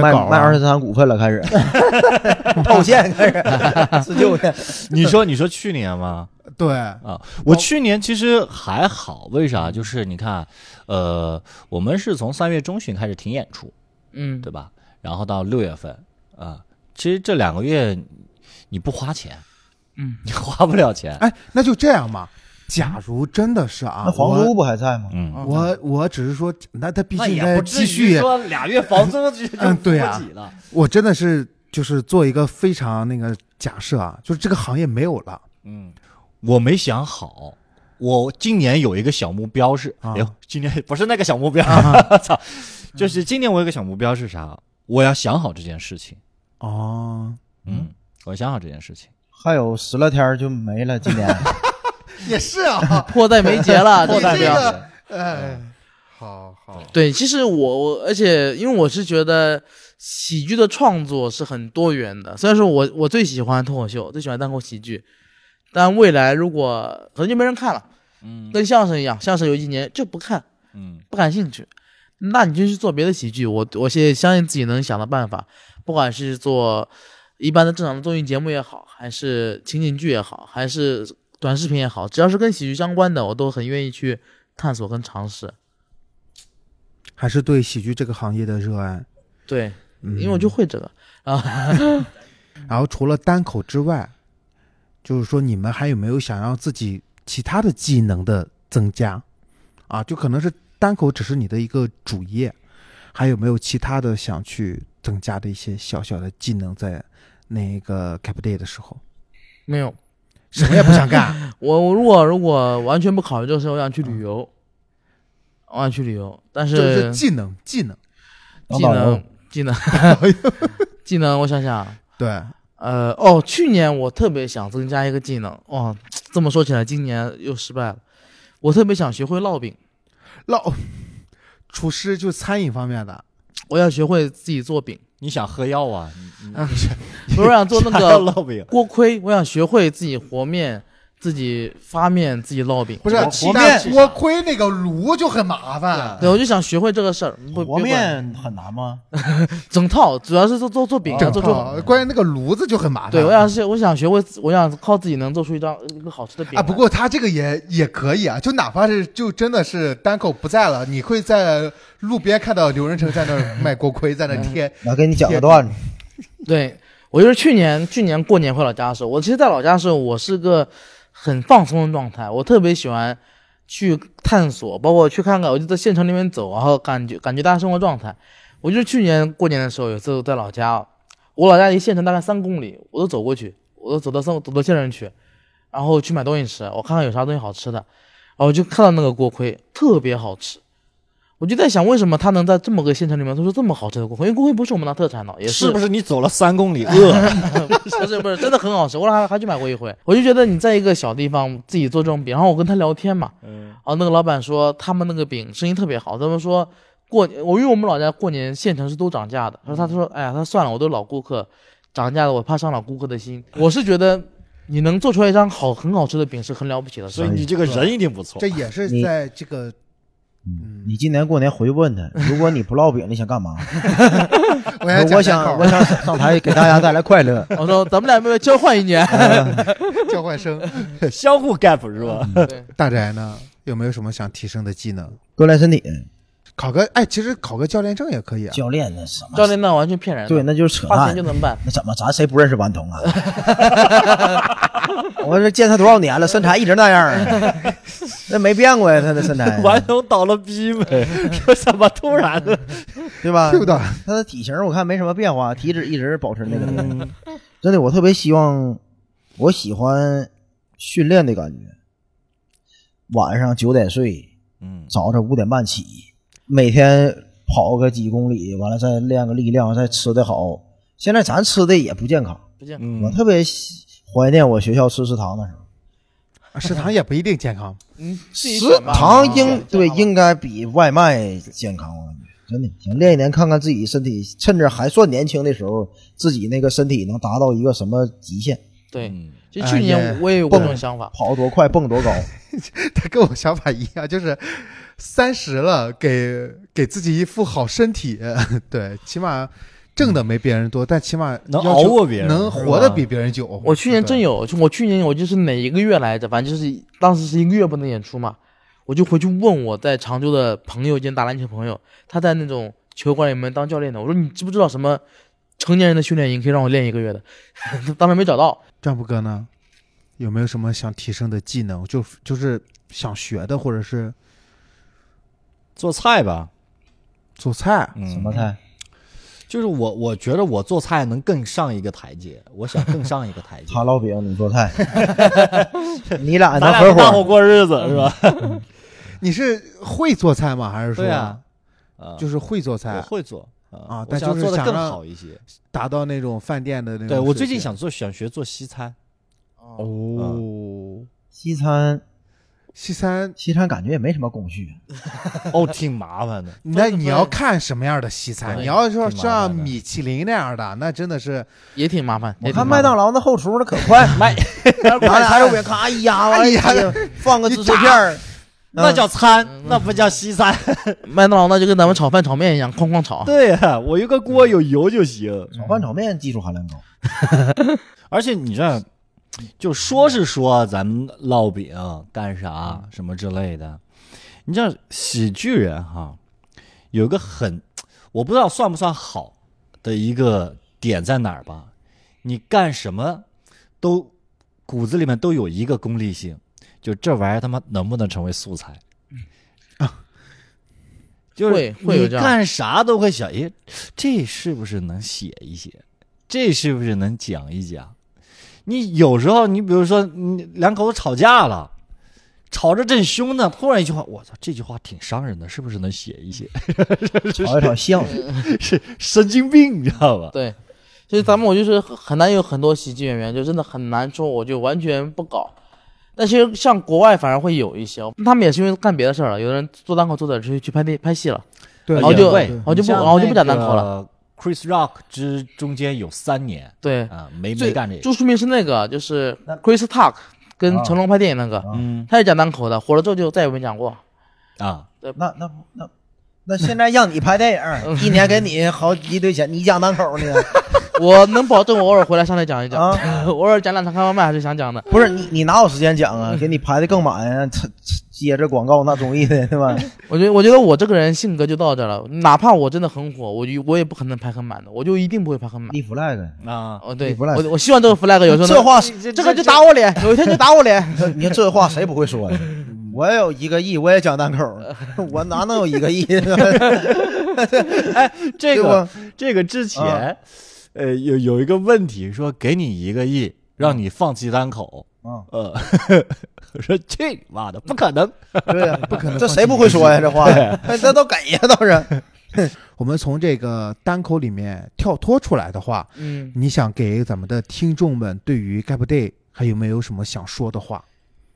233股份了，开始套现，开始自救去。 你说去年吗？ 对啊，我去年其实还好，为啥？就是你看，我们是从3月中旬开始停演出，对吧？然后到6月份啊，其实这2个月你不花钱，你花不了钱。 哎，那就这样嘛。假如真的是啊， 那房租不还在吗？ 我只是说，那他毕竟在积蓄， 说2月房租就对啊，我真的是就是做一个非常那个假设啊，就是这个行业没有了。 我没想好，我今年有一个小目标是，哎呦，今年不是那个小目标，操，就是今年我有个小目标是啥？我要想好这件事情。我想好这件事情， 还有10来天就没了，今年。 也是啊， 迫在眉睫了， 迫在眉睫。 哎，好。 对，其实我而且因为我是觉得喜剧的创作是很多元的，虽然说我最喜欢脱口秀，最喜欢单口喜剧，但未来如果可能就没人看了，跟相声一样，相声有几年就不看，不感兴趣，那你就去做别的喜剧。我现在相信自己能想到办法，不管是做一般的正常的综艺节目也好，还是情景剧也好，还是短视频也好，只要是跟喜剧相关的，我都很愿意去探索跟尝试。 还是对喜剧这个行业的热爱。 对，因为我就会这个啊。 然后除了单口之外，就是说你们还有没有想让自己其他的技能的增加啊？就可能是单口只是你的一个主业，还有没有其他的想去增加的一些小小的技能在那个 Cap Day 的时候？ 没有。 什么也不想干。 我如果完全不考虑这个事，我想去旅游，我想去旅游，但是就是技能， 我想想， 对， 去年我特别想增加一个技能，这么说起来，今年又失败了。我特别想学会烙饼， 厨师就餐饮方面的， 我要学会自己做饼。 你想喝药啊？ 我想做那个烙饼锅盔，我想学会自己和面，自己发面，自己烙饼。 不是和面锅盔那个炉就很麻烦。 对，我就想学会这个事儿。 和面很难吗？ 整套主要是做饼， 整套。关键那个炉子就很麻烦。 对，我想学会，我想靠自己能做出一个好吃的饼啊。不过他这个也可以啊，就哪怕是就真的是单口不在了，你会在路边看到刘仁成在那儿卖锅盔，在那贴。 我给你讲个段子。 对，我就是去年过年回老家的时候，我其实在老家的时候，我是个很放松的状态，我特别喜欢去探索，包括去看看，我就在县城里面走，然后感觉大家生活状态。我就是去年过年的时候，有次我在老家，我老家离县城大概3公里，我都走过去，我都走到县城去，然后去买东西吃，我看看有啥东西好吃的，然后我就看到那个锅盔特别好吃，我就在想为什么他能在这么个县城里面做出这么好吃的锅盔，因为锅盔不是我们那特产的，也是不是你走了3公里饿？ 不是真的很好吃，我还去买过一回。我就觉得你在一个小地方自己做这种饼，然后我跟他聊天嘛，然后那个老板说他们那个饼生意特别好，他们说因为我们老家过年县城是都涨价的，他说哎呀他算了，我都老顾客，涨价的我怕伤了顾客的心。我是觉得你能做出来一张很好吃的饼是很了不起的事， 所以你这个人一定不错。 这也是在这个。 你今年过年回去问他，如果你不烙饼，你想干嘛？ 我想上台给大家带来快乐。 我说咱们俩要不要交换一年？ 交换生， 相互 gap 是吧？ 大宅呢，有没有什么想提升的技能？ 锻炼身体， 其实考个教练证也可以啊。 教练那什么？ 教练那完全骗人的。 对，那就是扯淡。 花钱就能办。 那怎么咱谁不认识顽童啊？我这见他多少年了，身材一直那样啊，那没变过呀，他的身材。 顽童倒了逼没？说怎么突然的， 对吧？ 对的， 他的体型我看没什么变化，体脂一直保持那个。真的，我特别希望，我喜欢训练的感觉。晚上9点睡，早上5点半起，每天跑个几公里，完了再练个力量，再吃的好。现在咱吃的也不健康，我特别怀念我学校吃食堂的时候。 食堂也不一定健康， 食堂应该比外卖健康，我感觉真的想练一练，看看自己身体，趁着还算年轻的时候，自己那个身体能达到一个什么极限。 对，其实去年我也有过这种想法， 跑多快，蹦多高。 他跟我想法一样，就是30了，给自己一副好身体，对，起码挣的没别人多，但起码能熬过别人， 能活得比别人久。 我去年真有，我去年我就是哪一个月来着，反正就是当时是1个月不能演出嘛，我就回去问我在常州的朋友，以前打篮球朋友，他在那种球馆里面当教练的，我说你知不知道什么成年人的训练营可以让我练1个月的？当时没找到。 丈夫哥呢，有没有什么想提升的技能？就是想学的，或者是做菜吧？ 做菜， 什么菜？ 就是我觉得我做菜能更上一个台阶，我想更上一个台阶。 他烙饼，你做菜，你俩能合伙搭伙过日子是吧？ 你是会做菜吗？还是说？ 对啊， 就是会做菜， 我会做啊， 但就是做的更好一些， 达到那种饭店的那种。 对，我最近想学做西餐。 哦， 西餐感觉也没什么工序， 挺麻烦的。 那你要看什么样的西餐？你要说像米其林那样的，那真的是也挺麻烦。 我看麦当劳那后厨那可快，拿俩肉饼咔一压完，放个芝士片， 那叫餐，那不叫西餐。 麦当劳那就跟咱们炒饭炒面一样，哐哐炒。 对呀，我一个锅有油就行。 炒饭炒面技术含量高， 而且你这。就说是说咱们烙饼干啥什么之类的，你知道喜剧人哈有个我不知道算不算好的一个点在哪儿吧？你干什么都骨子里面都有一个功利性，就这玩意儿他妈能不能成为素材？就是你干啥都会想，这是不是能写一写？这是不是能讲一讲？你有时候，你比如说，你两口子吵架了，吵着正凶呢，突然一句话，我操，这句话挺伤人的，是不是能写一写？ 吵一吵相声是神经病，你知道吧？ 对，所以我就是很难有很多喜剧演员，就真的很难说，我就完全不搞。但其实像国外反而会有一些，他们也是因为干别的事儿了，有的人做单口做点去拍戏了， 对， 然后就不讲单口了。 Chris Rock 中间有3年， 对没干这个。 最出名是那个，就是 Chris Tuck 跟成龙拍电影那个，他也讲单口的，火了之后就再也没讲过。 对，那现在让你拍电影，1年给你好一堆钱，你讲单口呢？ 我能保证我偶尔回来上来讲一讲，偶尔讲2场开放麦还是想讲的。 不是你哪有时间讲啊？给你排的更满呀，接着广告那综艺的，对吧？ 我觉得我这个人性格就到这了，哪怕我真的很火，我也不可能排很满的，我就一定不会排很满。 立 flag 对，我希望这个 flag 有时候这话这个就打我脸，有一天就打我脸。 你看这话谁不会说呀？ 我有1个亿，我也讲单口，我哪能有1个亿？ 哎，这对个吧这个之前，有一个问题，说给你1个亿，让你放弃单口，我说去你妈的，不可能， 对呀， 不可能这谁不会说呀？这话呀，这都给呀，倒是。 我们从这个单口里面跳脱出来的话，你想给咱们的听众们对于 Gap Day 还有没有什么想说的话？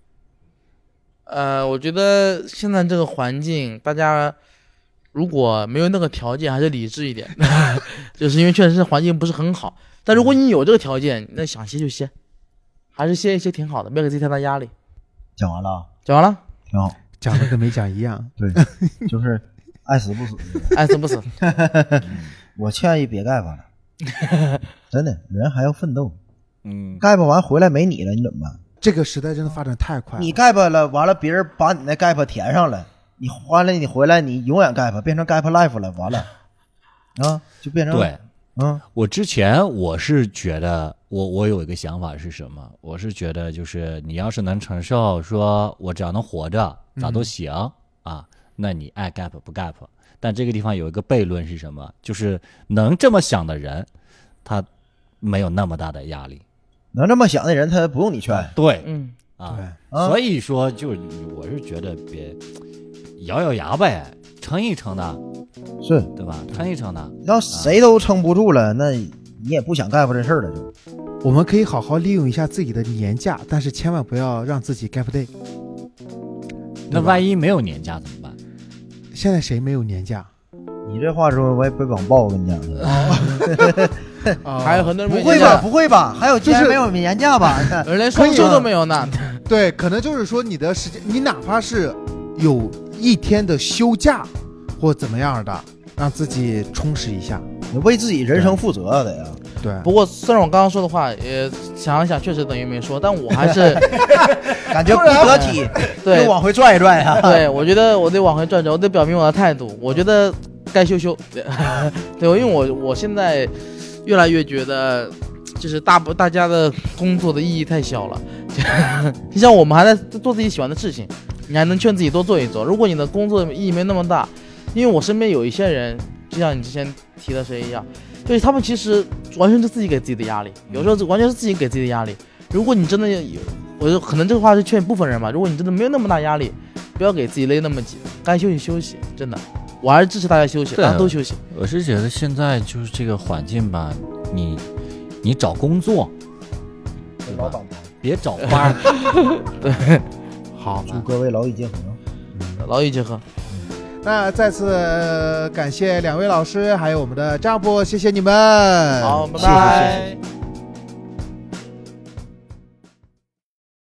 我觉得现在这个环境，大家如果没有那个条件，还是理智一点，就是因为确实环境不是很好。但如果你有这个条件，那想歇就歇，还是歇一歇挺好的，不要给自己太大压力。 讲完了， 讲完了， 挺好。 讲的跟没讲一样。 对，就是爱死不死， 爱死不死。 我建议别gap了，真的，人还要奋斗。gap完回来没你了，你怎么办？ 这个时代真的发展太快了。 你 gap 了，完了别人把你那 gap 填上了，你完了你回来你永远 gap，变成 gap life 了，完了啊，就变成对。我之前我是觉得我有一个想法是什么？我是觉得就是你要是能承受，说我只要能活着咋都行啊，那你爱 gap 不 gap。但这个地方有一个悖论是什么？就是能这么想的人，他没有那么大的压力。 能这么想的人，他不用你劝。 对， 对， 所以说就我是觉得别咬咬牙呗，撑一撑的。 是， 对吧？撑一撑的， 要谁都撑不住了，那你也不想 gap 这事儿了就。 我们可以好好利用一下自己的年假，但是千万不要让自己 gap day。 那万一没有年假怎么办？ 现在谁没有年假？ 你这话说我也被网暴，我跟你讲。 还有很多人不会吧？不会吧？还有今天没有年假吧？ 人连双休都没有呢。 对，可能就是说你的时间，你哪怕是有1天的休假或怎么样的，让自己充实一下， 你为自己人生负责的呀。 对。 不过虽然我刚刚说的话，也想一想，确实等于没说，但我还是感觉不得体， 对， 就往回拽一拽呀。 对，我觉得我得往回拽拽，我得表明我的态度。我觉得该休休。对，因为我现在越来越觉得，就是大家的工作的意义太小了。就像我们还在做自己喜欢的事情，你还能劝自己多做一做。如果你的工作意义没那么大，因为我身边有一些人，就像你之前提的谁一样，就是他们其实完全是自己给自己的压力，有时候完全是自己给自己的压力。如果你真的有，我就可能这个话是劝一部分人吧。如果你真的没有那么大压力，不要给自己勒那么紧，该休息休息，真的，我还是支持大家休息，大家都休息。 我是觉得现在就是这个环境吧，你找工作，对吧？别找班。 对，好， 祝各位劳逸结合， 劳逸结合。 那再次感谢2位老师，还有我们的张波，谢谢你们。 好，拜拜。 谢谢。